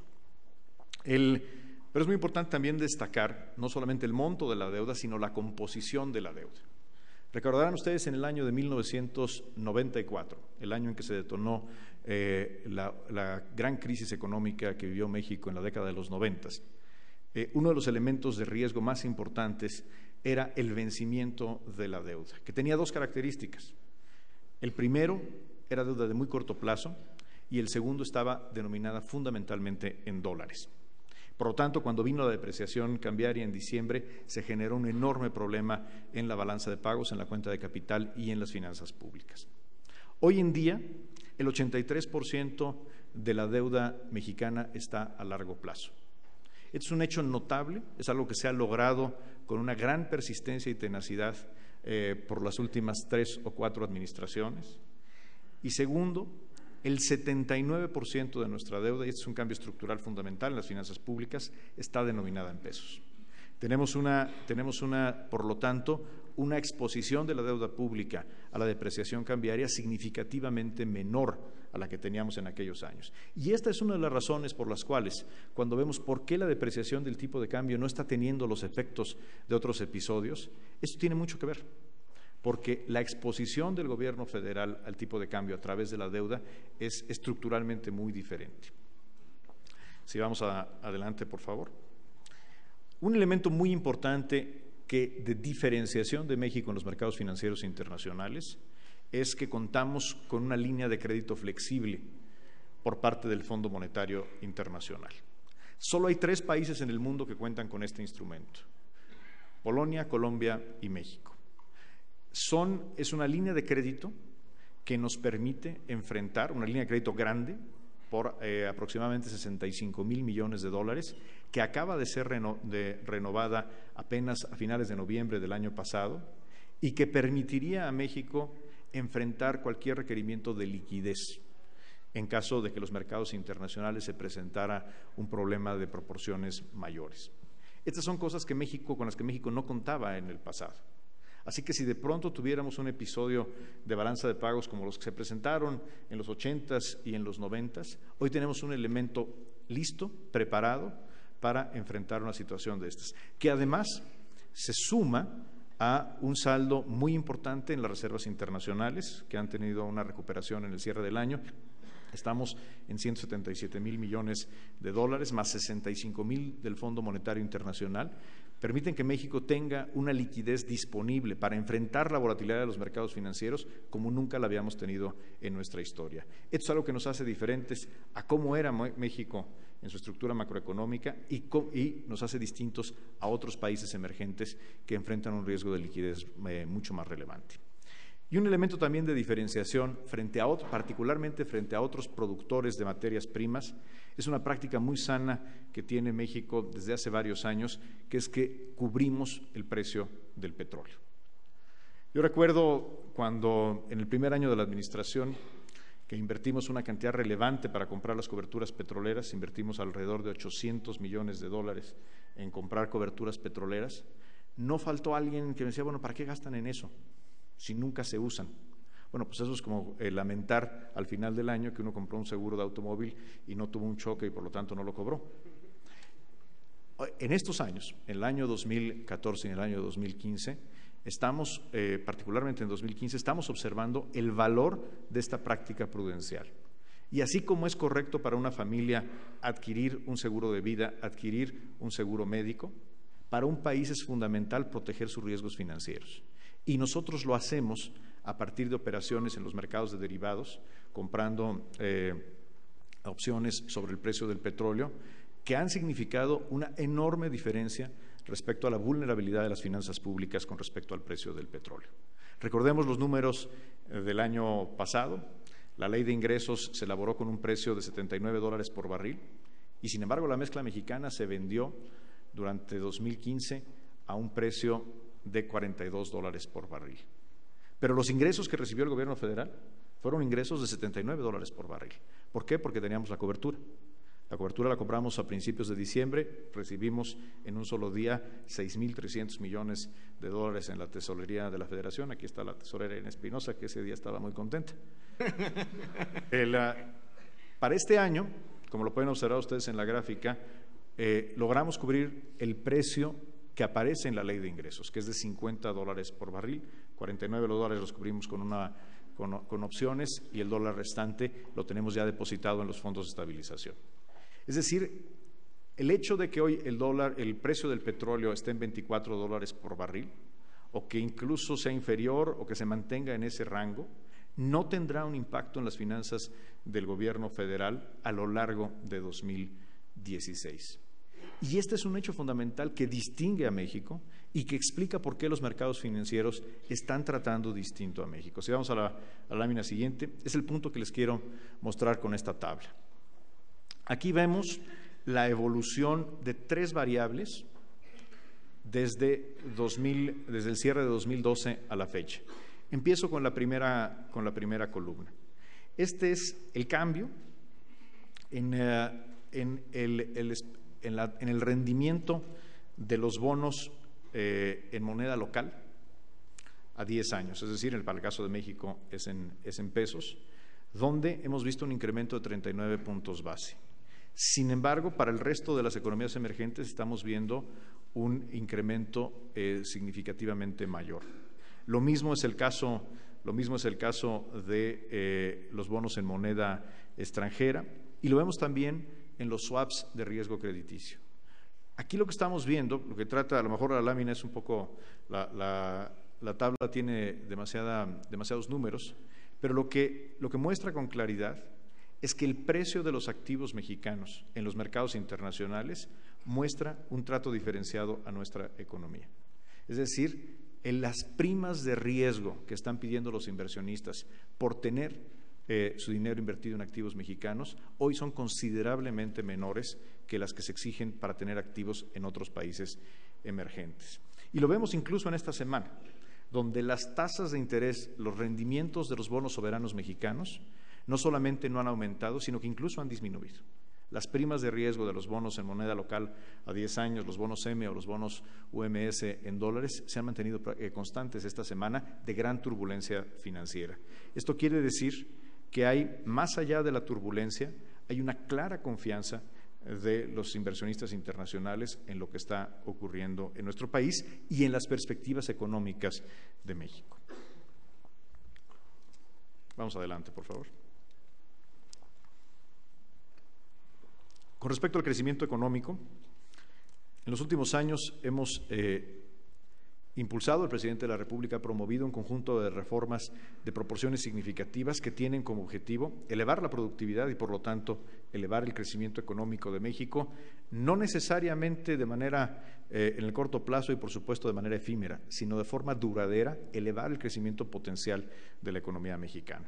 El, pero es muy importante también destacar no solamente el monto de la deuda, sino la composición de la deuda. Recordarán ustedes en el año de mil novecientos noventa y cuatro, el año en que se detonó eh, la, la gran crisis económica que vivió México en la década de los noventas, eh, uno de los elementos de riesgo más importantes era el vencimiento de la deuda, que tenía dos características. El primero era deuda de muy corto plazo y el segundo estaba denominada fundamentalmente en dólares. Por lo tanto, cuando vino la depreciación cambiaria en diciembre, se generó un enorme problema en la balanza de pagos, en la cuenta de capital y en las finanzas públicas. Hoy en día, el ochenta y tres por ciento de la deuda mexicana está a largo plazo. Este es un hecho notable, es algo que se ha logrado con una gran persistencia y tenacidad eh, por las últimas tres o cuatro administraciones. Y segundo, el setenta y nueve por ciento de nuestra deuda, y este es un cambio estructural fundamental en las finanzas públicas, está denominada en pesos. Tenemos una, tenemos una, por lo tanto, una exposición de la deuda pública a la depreciación cambiaria significativamente menor a la que teníamos en aquellos años. Y esta es una de las razones por las cuales, cuando vemos por qué la depreciación del tipo de cambio no está teniendo los efectos de otros episodios, esto tiene mucho que ver, porque la exposición del gobierno federal al tipo de cambio a través de la deuda es estructuralmente muy diferente. Si vamos a, adelante, por favor. Un elemento muy importante que de diferenciación de México en los mercados financieros internacionales es que contamos con una línea de crédito flexible por parte del Fondo Monetario Internacional. Solo hay tres países en el mundo que cuentan con este instrumento: Polonia, Colombia y México. Son, es una línea de crédito que nos permite enfrentar, una línea de crédito grande por eh, aproximadamente sesenta y cinco mil millones de dólares, que acaba de ser reno, de, renovada apenas a finales de noviembre del año pasado y que permitiría a México enfrentar cualquier requerimiento de liquidez en caso de que los mercados internacionales se presentara un problema de proporciones mayores. Estas son cosas que México, con las que México no contaba en el pasado. Así que si de pronto tuviéramos un episodio de balanza de pagos como los que se presentaron en los ochentas y en los noventas, hoy tenemos un elemento listo, preparado para enfrentar una situación de estas, que además se suma a un saldo muy importante en las reservas internacionales, que han tenido una recuperación en el cierre del año. Estamos en ciento setenta y siete mil millones de dólares, más sesenta y cinco mil del Fondo Monetario Internacional, permiten que México tenga una liquidez disponible para enfrentar la volatilidad de los mercados financieros como nunca la habíamos tenido en nuestra historia. Esto es algo que nos hace diferentes a cómo era México en su estructura macroeconómica y, y nos hace distintos a otros países emergentes que enfrentan un riesgo de liquidez eh, mucho más relevante. Y un elemento también de diferenciación, frente a otro, particularmente frente a otros productores de materias primas, es una práctica muy sana que tiene México desde hace varios años, que es que cubrimos el precio del petróleo. Yo recuerdo cuando en el primer año de la administración que invertimos una cantidad relevante para comprar las coberturas petroleras, invertimos alrededor de ochocientos millones de dólares en comprar coberturas petroleras, no faltó alguien que me decía, bueno, ¿para qué gastan en eso si nunca se usan? Bueno, pues eso es como eh, lamentar al final del año que uno compró un seguro de automóvil y no tuvo un choque y por lo tanto no lo cobró. En estos años, en el año dos mil catorce y en el año dos mil quince, estamos, eh, particularmente en dos mil quince, estamos observando el valor de esta práctica prudencial. Y así como es correcto para una familia adquirir un seguro de vida, adquirir un seguro médico, para un país es fundamental proteger sus riesgos financieros. Y nosotros lo hacemos a partir de operaciones en los mercados de derivados, comprando eh, opciones sobre el precio del petróleo, que han significado una enorme diferencia respecto a la vulnerabilidad de las finanzas públicas con respecto al precio del petróleo. Recordemos los números eh, del año pasado. La ley de ingresos se elaboró con un precio de setenta y nueve dólares por barril y, sin embargo, la mezcla mexicana se vendió durante dos mil quince a un precio de cuarenta y dos dólares por barril. Pero los ingresos que recibió el gobierno federal fueron ingresos de setenta y nueve dólares por barril. ¿Por qué? Porque teníamos la cobertura. La cobertura la compramos a principios de diciembre, recibimos en un solo día seis mil trescientos millones de dólares en la tesorería de la Federación. Aquí está la tesorera Inés Espinosa, que ese día estaba muy contenta. El, uh, para este año, como lo pueden observar ustedes en la gráfica, eh, logramos cubrir el precio que aparece en la ley de ingresos, que es de cincuenta dólares por barril. cuarenta y nueve dólares los cubrimos con, una, con, con opciones y el dólar restante lo tenemos ya depositado en los fondos de estabilización. Es decir, el hecho de que hoy el dólar, el precio del petróleo esté en veinticuatro dólares por barril, o que incluso sea inferior o que se mantenga en ese rango, no tendrá un impacto en las finanzas del gobierno federal a lo largo de dos mil dieciséis. Y este es un hecho fundamental que distingue a México y que explica por qué los mercados financieros están tratando distinto a México. Si vamos a la, a la lámina siguiente, es el punto que les quiero mostrar con esta tabla. Aquí vemos la evolución de tres variables desde, dos mil, desde el cierre de dos mil doce a la fecha. Empiezo con la primera, con la primera columna. Este es el cambio en, uh, en, el, el, en, la, en el rendimiento de los bonos eh, en moneda local a diez años, es decir, para el caso de México es en, es en pesos, donde hemos visto un incremento de treinta y nueve puntos base. Sin embargo, para el resto de las economías emergentes estamos viendo un incremento eh, significativamente mayor. Lo mismo es el caso, lo mismo es el caso de eh, los bonos en moneda extranjera y lo vemos también en los swaps de riesgo crediticio. Aquí lo que estamos viendo, lo que trata, a lo mejor la lámina es un poco, la, la, la tabla tiene demasiada, demasiados números, pero lo que, lo que muestra con claridad es que el precio de los activos mexicanos en los mercados internacionales muestra un trato diferenciado a nuestra economía. Es decir, en las primas de riesgo que están pidiendo los inversionistas por tener eh, su dinero invertido en activos mexicanos, hoy son considerablemente menores que las que se exigen para tener activos en otros países emergentes. Y lo vemos incluso en esta semana, donde las tasas de interés, los rendimientos de los bonos soberanos mexicanos, no solamente no han aumentado, sino que incluso han disminuido. Las primas de riesgo de los bonos en moneda local a diez años, los bonos M o los bonos U M S en dólares, se han mantenido eh, constantes esta semana de gran turbulencia financiera. Esto quiere decir que hay, más allá de la turbulencia, hay una clara confianza de los inversionistas internacionales en lo que está ocurriendo en nuestro país y en las perspectivas económicas de México. Vamos adelante, por favor. Con respecto al crecimiento económico, en los últimos años hemos eh, Impulsado, el presidente de la República ha promovido un conjunto de reformas de proporciones significativas que tienen como objetivo elevar la productividad y, por lo tanto, elevar el crecimiento económico de México, no necesariamente de manera eh, en el corto plazo y, por supuesto, de manera efímera, sino de forma duradera, elevar el crecimiento potencial de la economía mexicana.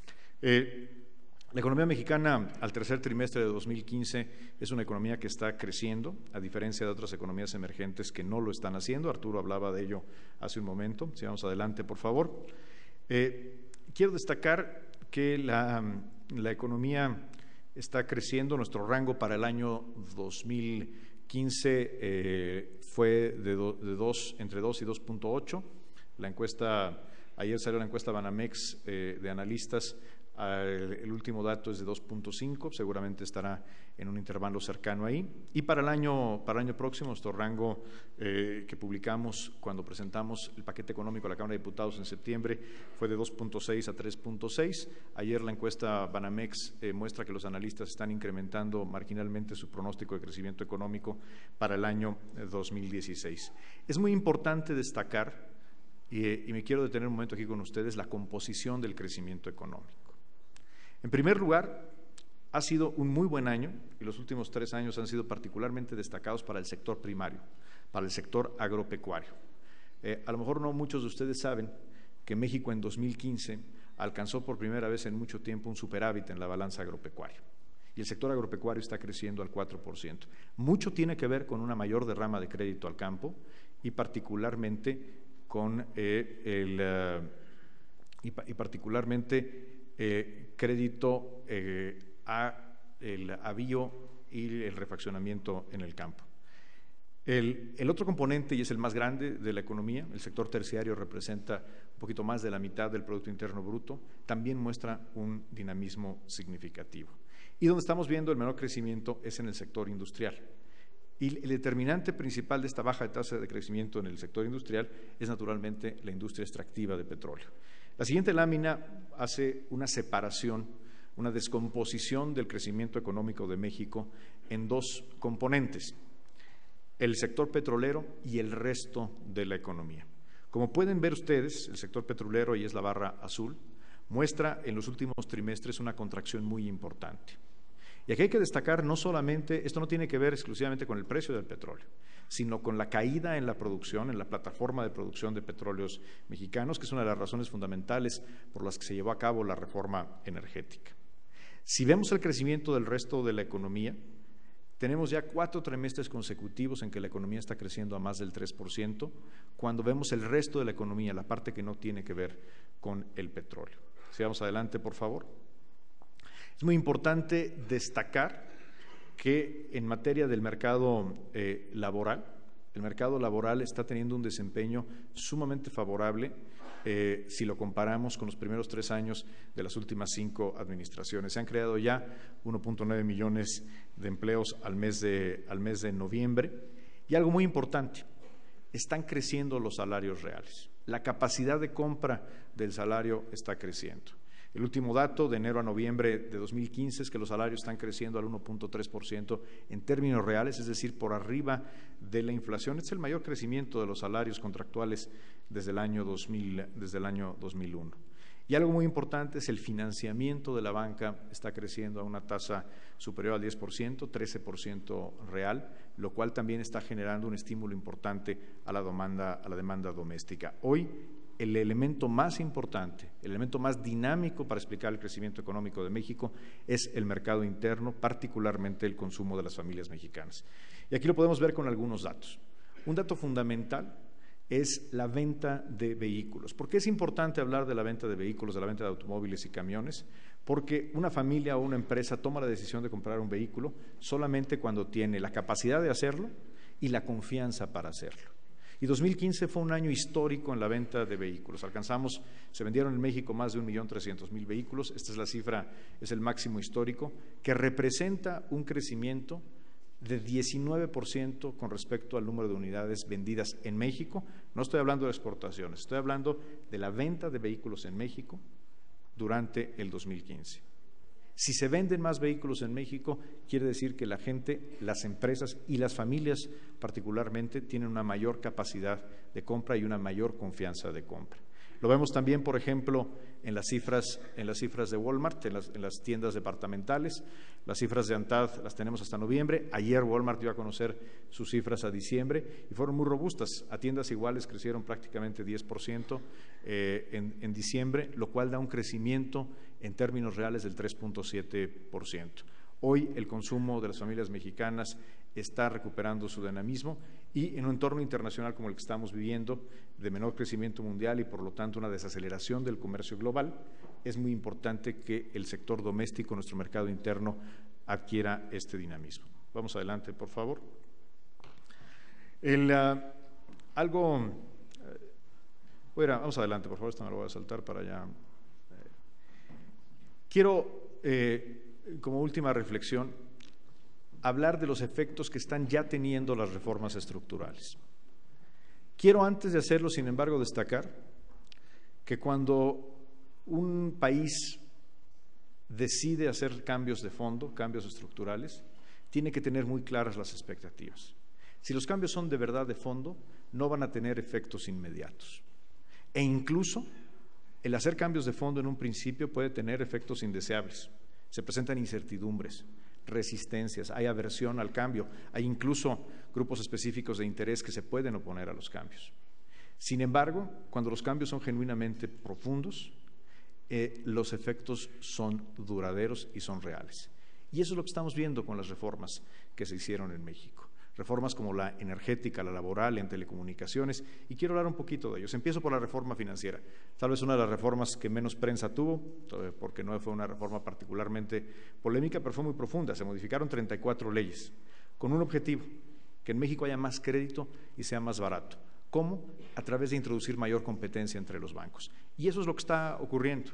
Eh, La economía mexicana al tercer trimestre de dos mil quince es una economía que está creciendo, a diferencia de otras economías emergentes que no lo están haciendo. Arturo hablaba de ello hace un momento. Si vamos adelante, por favor. Eh, quiero destacar que la, la economía está creciendo. Nuestro rango para el año dos mil quince eh, fue de, do, de dos, entre dos y dos punto ocho. La encuesta, ayer salió la encuesta Banamex eh, de analistas. El último dato es de dos punto cinco, seguramente estará en un intervalo cercano ahí. Y para el año, para el año próximo, nuestro rango eh, que publicamos cuando presentamos el paquete económico a la Cámara de Diputados en septiembre fue de dos punto seis a tres punto seis. Ayer la encuesta Banamex eh, muestra que los analistas están incrementando marginalmente su pronóstico de crecimiento económico para el año dos mil dieciséis. Es muy importante destacar, y, y me quiero detener un momento aquí con ustedes, la composición del crecimiento económico. En primer lugar, ha sido un muy buen año y los últimos tres años han sido particularmente destacados para el sector primario, para el sector agropecuario. Eh, a lo mejor no muchos de ustedes saben que México en dos mil quince alcanzó por primera vez en mucho tiempo un superávit en la balanza agropecuaria y el sector agropecuario está creciendo al cuatro por ciento. Mucho tiene que ver con una mayor derrama de crédito al campo y particularmente con eh, el uh, y, y particularmente Eh, crédito eh, a el avío y el refaccionamiento en el campo. El, el otro componente, y es el más grande de la economía, el sector terciario representa un poquito más de la mitad del Producto Interno Bruto, también muestra un dinamismo significativo. Y donde estamos viendo el menor crecimiento es en el sector industrial. Y el determinante principal de esta baja de tasa de crecimiento en el sector industrial es naturalmente la industria extractiva de petróleo. La siguiente lámina hace una separación, una descomposición del crecimiento económico de México en dos componentes, el sector petrolero y el resto de la economía. Como pueden ver ustedes, el sector petrolero, y es la barra azul, muestra en los últimos trimestres una contracción muy importante. Y aquí hay que destacar no solamente, esto no tiene que ver exclusivamente con el precio del petróleo, sino con la caída en la producción, en la plataforma de producción de petróleos mexicanos, que es una de las razones fundamentales por las que se llevó a cabo la reforma energética. Si vemos el crecimiento del resto de la economía, tenemos ya cuatro trimestres consecutivos en que la economía está creciendo a más del tres por ciento, cuando vemos el resto de la economía, la parte que no tiene que ver con el petróleo. Si vamos adelante, por favor. Es muy importante destacar que en materia del mercado eh, laboral, el mercado laboral está teniendo un desempeño sumamente favorable eh, si lo comparamos con los primeros tres años de las últimas cinco administraciones. Se han creado ya uno punto nueve millones de empleos al mes de, al mes de noviembre. Y algo muy importante, están creciendo los salarios reales. La capacidad de compra del salario está creciendo. El último dato de enero a noviembre de dos mil quince es que los salarios están creciendo al uno punto tres por ciento en términos reales, es decir, por arriba de la inflación. Este es el mayor crecimiento de los salarios contractuales desde el año dos mil, desde el año dos mil uno. Y algo muy importante es el financiamiento de la banca está creciendo a una tasa superior al diez por ciento, trece por ciento real, lo cual también está generando un estímulo importante a la demanda, a la demanda doméstica. Hoy, el elemento más importante, el elemento más dinámico para explicar el crecimiento económico de México es el mercado interno, particularmente el consumo de las familias mexicanas. Y aquí lo podemos ver con algunos datos. Un dato fundamental es la venta de vehículos. ¿Por qué es importante hablar de la venta de vehículos, de la venta de automóviles y camiones? Porque una familia o una empresa toma la decisión de comprar un vehículo solamente cuando tiene la capacidad de hacerlo y la confianza para hacerlo. Y dos mil quince fue un año histórico en la venta de vehículos. Alcanzamos, se vendieron en México más de un millón trescientos mil vehículos. Esta es la cifra, es el máximo histórico, que representa un crecimiento de diecinueve por ciento con respecto al número de unidades vendidas en México. No estoy hablando de exportaciones, estoy hablando de la venta de vehículos en México durante el dos mil quince. Si se venden más vehículos en México, quiere decir que la gente, las empresas y las familias particularmente tienen una mayor capacidad de compra y una mayor confianza de compra. Lo vemos también, por ejemplo, en las cifras, en las cifras de Walmart, en las, en las tiendas departamentales. Las cifras de ANTAD las tenemos hasta noviembre. Ayer Walmart dio a conocer sus cifras a diciembre y fueron muy robustas. A tiendas iguales crecieron prácticamente diez por ciento eh, en, en diciembre, lo cual da un crecimiento en términos reales del tres punto siete por ciento. Hoy el consumo de las familias mexicanas está recuperando su dinamismo y en un entorno internacional como el que estamos viviendo, de menor crecimiento mundial y por lo tanto una desaceleración del comercio global, es muy importante que el sector doméstico, nuestro mercado interno, adquiera este dinamismo. Vamos adelante, por favor. El, uh, algo, uh, bueno, vamos adelante, por favor, esto me lo voy a saltar para allá. Eh, quiero, eh, como última reflexión, hablar de los efectos que están ya teniendo las reformas estructurales. Quiero, antes de hacerlo, sin embargo, destacar que cuando un país decide hacer cambios de fondo, cambios estructurales, tiene que tener muy claras las expectativas. Si los cambios son de verdad de fondo, no van a tener efectos inmediatos. E incluso el hacer cambios de fondo en un principio puede tener efectos indeseables. Se presentan incertidumbres, resistencias, hay aversión al cambio, hay incluso grupos específicos de interés que se pueden oponer a los cambios. Sin embargo, cuando los cambios son genuinamente profundos, eh, los efectos son duraderos y son reales. Y eso es lo que estamos viendo con las reformas que se hicieron en México. Reformas como la energética, la laboral, en telecomunicaciones, y quiero hablar un poquito de ellos. Empiezo por la reforma financiera, tal vez una de las reformas que menos prensa tuvo, porque no fue una reforma particularmente polémica, pero fue muy profunda. Se modificaron treinta y cuatro leyes, con un objetivo, que en México haya más crédito y sea más barato. ¿Cómo? A través de introducir mayor competencia entre los bancos. Y eso es lo que está ocurriendo.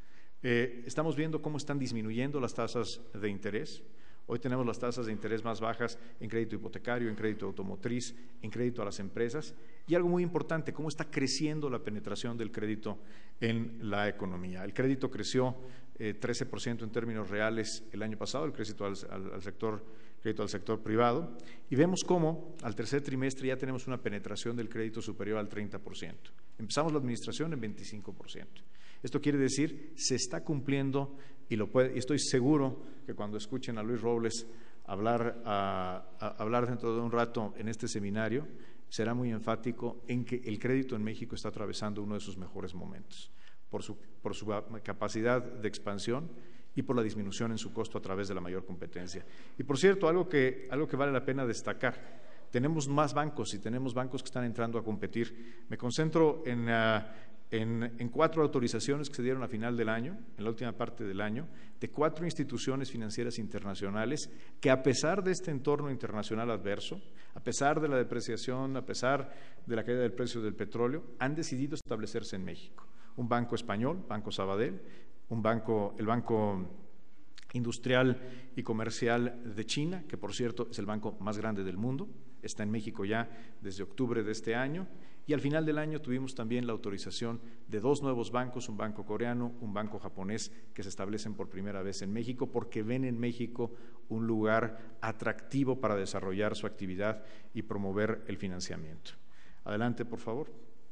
Eh, estamos viendo cómo están disminuyendo las tasas de interés. Hoy tenemos las tasas de interés más bajas en crédito hipotecario, en crédito automotriz, en crédito a las empresas. Y algo muy importante, cómo está creciendo la penetración del crédito en la economía. El crédito creció eh, trece por ciento en términos reales el año pasado, el crédito al, al, al sector, crédito al sector privado. Y vemos cómo al tercer trimestre ya tenemos una penetración del crédito superior al treinta por ciento. Empezamos la administración en veinticinco por ciento. Esto quiere decir, se está cumpliendo y, lo puede, y estoy seguro que cuando escuchen a Luis Robles hablar, a, a, hablar dentro de un rato en este seminario, será muy enfático en que el crédito en México está atravesando uno de sus mejores momentos, por su, por su capacidad de expansión y por la disminución en su costo a través de la mayor competencia. Y por cierto, algo que, algo que vale la pena destacar, tenemos más bancos y tenemos bancos que están entrando a competir. Me concentro en... Uh, En, en cuatro autorizaciones que se dieron a final del año, en la última parte del año, de cuatro instituciones financieras internacionales que, a pesar de este entorno internacional adverso, a pesar de la depreciación, a pesar de la caída del precio del petróleo, han decidido establecerse en México. Un banco español, Banco Sabadell, un banco, el Banco Industrial y Comercial de China, que por cierto es el banco más grande del mundo, está en México ya desde octubre de este año. Y al final del año tuvimos también la autorización de dos nuevos bancos, un banco coreano, un banco japonés, que se establecen por primera vez en México porque ven en México un lugar atractivo para desarrollar su actividad y promover el financiamiento. Adelante, por favor.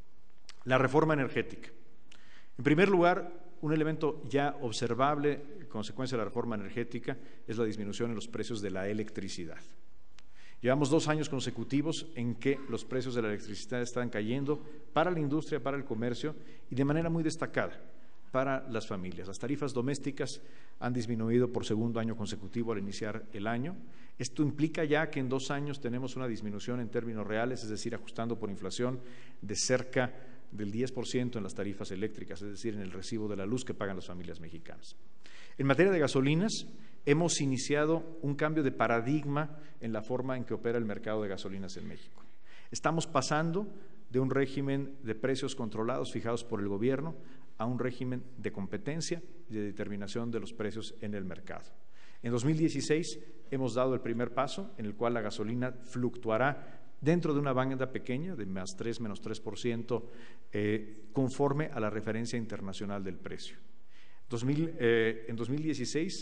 La reforma energética. En primer lugar, un elemento ya observable, consecuencia de la reforma energética, es la disminución en los precios de la electricidad. Llevamos dos años consecutivos en que los precios de la electricidad están cayendo para la industria, para el comercio y de manera muy destacada para las familias. Las tarifas domésticas han disminuido por segundo año consecutivo al iniciar el año. Esto implica ya que en dos años tenemos una disminución en términos reales, es decir, ajustando por inflación, de cerca del diez por ciento en las tarifas eléctricas, es decir, en el recibo de la luz que pagan las familias mexicanas. En materia de gasolinas, hemos iniciado un cambio de paradigma en la forma en que opera el mercado de gasolinas en México. Estamos pasando de un régimen de precios controlados fijados por el gobierno a un régimen de competencia y de determinación de los precios en el mercado. En dos mil dieciséis hemos dado el primer paso en el cual la gasolina fluctuará dentro de una banda pequeña de más tres, menos tres por ciento, eh, conforme a la referencia internacional del precio. dos mil, eh, en dos mil dieciséis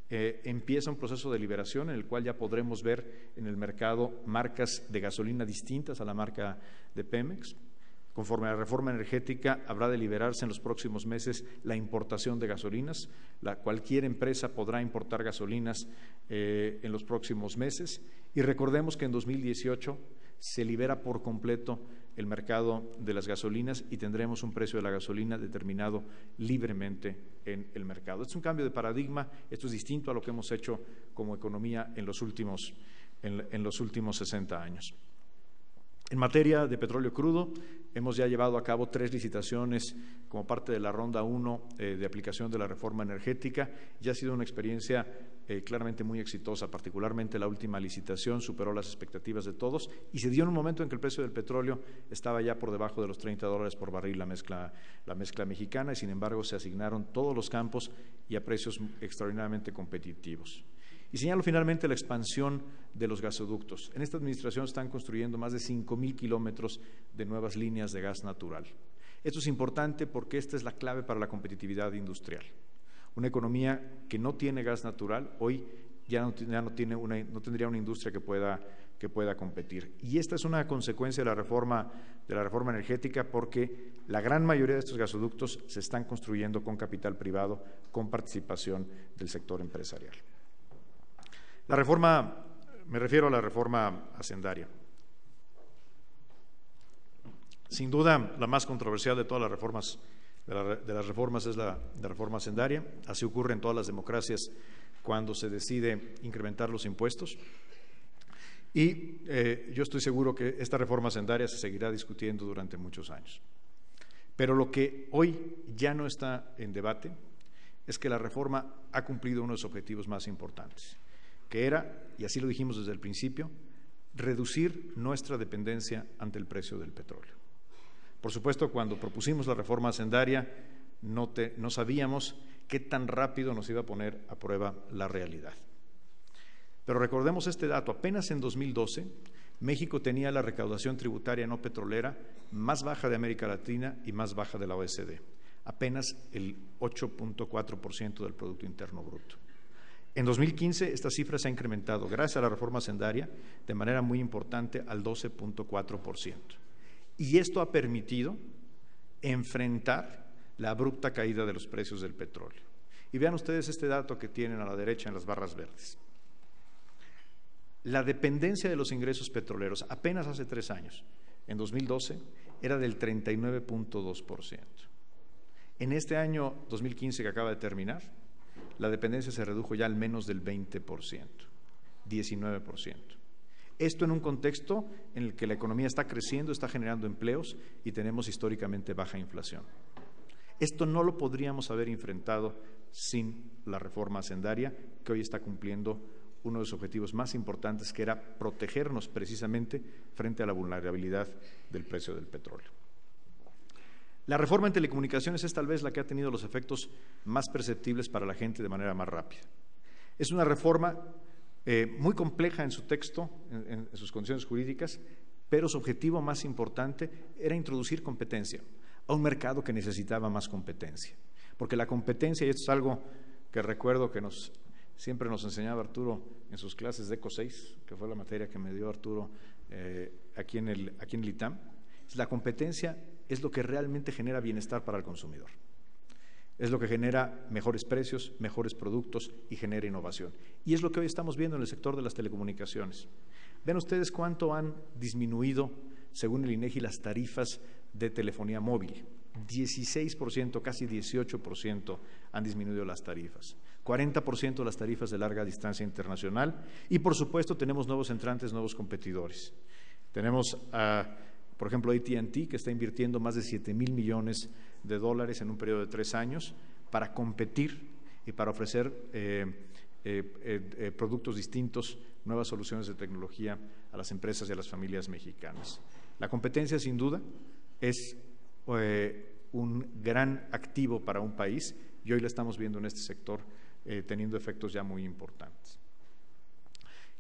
eh, empieza un proceso de liberación en el cual ya podremos ver en el mercado marcas de gasolina distintas a la marca de Pemex. Conforme a la reforma energética, habrá de liberarse en los próximos meses la importación de gasolinas. La, cualquier empresa podrá importar gasolinas eh, en los próximos meses. Y recordemos que en dos mil dieciocho se libera por completo el mercado de las gasolinas y tendremos un precio de la gasolina determinado libremente en el mercado. Este es un cambio de paradigma, esto es distinto a lo que hemos hecho como economía en los últimos, en, en los últimos sesenta años. En materia de petróleo crudo, hemos ya llevado a cabo tres licitaciones como parte de la ronda uno eh, de aplicación de la reforma energética. Ya ha sido una experiencia eh, claramente muy exitosa, particularmente la última licitación superó las expectativas de todos y se dio en un momento en que el precio del petróleo estaba ya por debajo de los treinta dólares por barril la mezcla, la mezcla mexicana y sin embargo se asignaron todos los campos y a precios extraordinariamente competitivos. Y señalo finalmente la expansión de los gasoductos. En esta administración están construyendo más de cinco mil kilómetros de nuevas líneas de gas natural. Esto es importante porque esta es la clave para la competitividad industrial. Una economía que no tiene gas natural hoy ya no, ya no, tiene una, no tendría una industria que pueda, que pueda competir. Y esta es una consecuencia de la reforma, de la reforma energética porque la gran mayoría de estos gasoductos se están construyendo con capital privado, con participación del sector empresarial. La reforma, me refiero a la reforma hacendaria. Sin duda, la más controversial de todas las reformas, de, la, de las reformas es la de reforma hacendaria. Así ocurre en todas las democracias cuando se decide incrementar los impuestos. Y eh, yo estoy seguro que esta reforma hacendaria se seguirá discutiendo durante muchos años. Pero lo que hoy ya no está en debate es que la reforma ha cumplido uno de los objetivos más importantes, que era, y así lo dijimos desde el principio, reducir nuestra dependencia ante el precio del petróleo. Por supuesto, cuando propusimos la reforma hacendaria, no, te, no sabíamos qué tan rápido nos iba a poner a prueba la realidad. Pero recordemos este dato, apenas en dos mil doce, México tenía la recaudación tributaria no petrolera más baja de América Latina y más baja de la O E C D, apenas el ocho punto cuatro por ciento del Producto Interno Bruto. En dos mil quince esta cifra se ha incrementado, gracias a la reforma hacendaria, de manera muy importante al doce punto cuatro por ciento. Y esto ha permitido enfrentar la abrupta caída de los precios del petróleo. Y vean ustedes este dato que tienen a la derecha en las barras verdes. La dependencia de los ingresos petroleros apenas hace tres años, en dos mil doce, era del treinta y nueve punto dos por ciento. En este año dos mil quince que acaba de terminar, la dependencia se redujo ya al menos del veinte por ciento, diecinueve por ciento. Esto en un contexto en el que la economía está creciendo, está generando empleos y tenemos históricamente baja inflación. Esto no lo podríamos haber enfrentado sin la reforma hacendaria, que hoy está cumpliendo uno de los objetivos más importantes, que era protegernos precisamente frente a la vulnerabilidad del precio del petróleo. La reforma en telecomunicaciones es tal vez la que ha tenido los efectos más perceptibles para la gente de manera más rápida. Es una reforma eh, muy compleja en su texto, en, en sus condiciones jurídicas, pero su objetivo más importante era introducir competencia a un mercado que necesitaba más competencia. Porque la competencia, y esto es algo que recuerdo que nos, siempre nos enseñaba Arturo en sus clases de ECO seis, que fue la materia que me dio Arturo eh, aquí, en el, aquí en el ITAM, la competencia es lo que realmente genera bienestar para el consumidor. Es lo que genera mejores precios, mejores productos y genera innovación. Y es lo que hoy estamos viendo en el sector de las telecomunicaciones. Ven ustedes cuánto han disminuido, según el INEGI, las tarifas de telefonía móvil. dieciséis por ciento, casi dieciocho por ciento han disminuido las tarifas. cuarenta por ciento las tarifas de larga distancia internacional. Y, por supuesto, tenemos nuevos entrantes, nuevos competidores. Tenemos a... Por ejemplo, A T and T, que está invirtiendo más de siete mil millones de dólares en un periodo de tres años para competir y para ofrecer eh, eh, eh, productos distintos, nuevas soluciones de tecnología a las empresas y a las familias mexicanas. La competencia, sin duda, es eh, un gran activo para un país y hoy la estamos viendo en este sector eh, teniendo efectos ya muy importantes.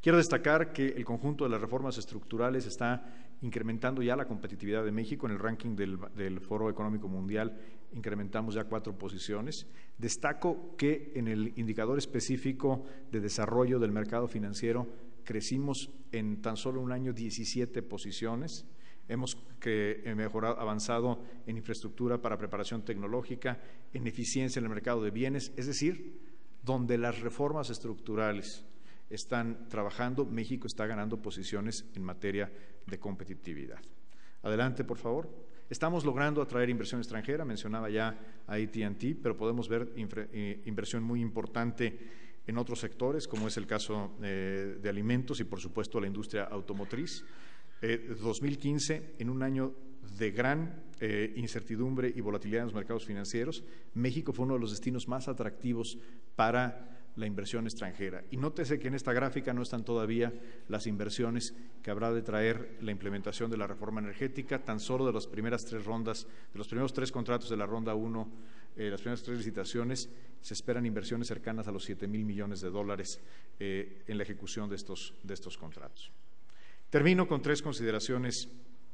Quiero destacar que el conjunto de las reformas estructurales está incrementando ya la competitividad de México en el ranking del, del Foro Económico Mundial. Incrementamos ya cuatro posiciones. Destaco que en el indicador específico de desarrollo del mercado financiero crecimos en tan solo un año diecisiete posiciones. Hemos que, mejorado, avanzado en infraestructura para preparación tecnológica, en eficiencia en el mercado de bienes, es decir, donde las reformas estructurales están trabajando, México está ganando posiciones en materia de competitividad. Adelante, por favor. Estamos logrando atraer inversión extranjera, mencionaba ya a A T and T, pero podemos ver inversión muy importante en otros sectores, como es el caso eh, de alimentos y, por supuesto, la industria automotriz. Eh, dos mil quince, en un año de gran eh, incertidumbre y volatilidad en los mercados financieros, México fue uno de los destinos más atractivos para la inversión extranjera. Y nótese que en esta gráfica no están todavía las inversiones que habrá de traer la implementación de la reforma energética, tan solo de las primeras tres rondas, de los primeros tres contratos de la ronda uno, eh, las primeras tres licitaciones, se esperan inversiones cercanas a los siete mil millones de dólares eh, en la ejecución de estos, de estos contratos. Termino con tres consideraciones,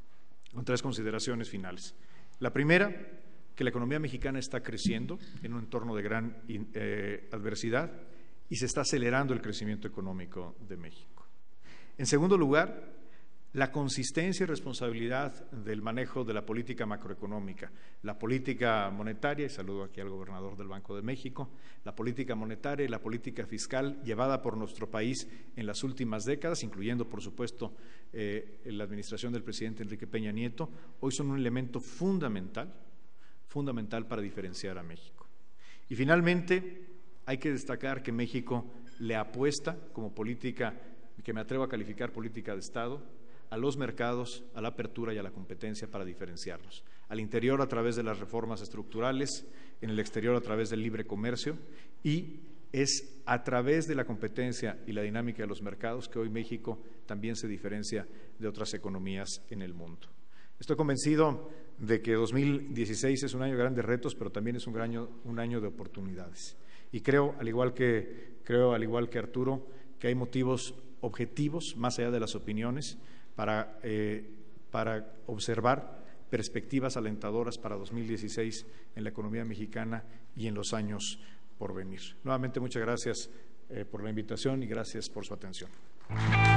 con tres consideraciones finales. La primera, que la economía mexicana está creciendo en un entorno de gran eh, adversidad y se está acelerando el crecimiento económico de México. En segundo lugar, la consistencia y responsabilidad del manejo de la política macroeconómica, la política monetaria, y saludo aquí al gobernador del Banco de México, la política monetaria y la política fiscal llevada por nuestro país en las últimas décadas, incluyendo, por supuesto, eh, la administración del presidente Enrique Peña Nieto, hoy son un elemento fundamental, fundamental para diferenciar a México. Y finalmente, hay que destacar que México le apuesta como política, que me atrevo a calificar política de Estado, a los mercados, a la apertura y a la competencia para diferenciarlos. Al interior a través de las reformas estructurales, en el exterior a través del libre comercio, y es a través de la competencia y la dinámica de los mercados que hoy México también se diferencia de otras economías en el mundo. Estoy convencido de que dos mil dieciséis es un año de grandes retos, pero también es un año, un año de oportunidades. Y creo, al igual que, creo, al igual que Arturo, que hay motivos objetivos, más allá de las opiniones, para, eh, para observar perspectivas alentadoras para dos mil dieciséis en la economía mexicana y en los años por venir. Nuevamente, muchas gracias eh, por la invitación y gracias por su atención.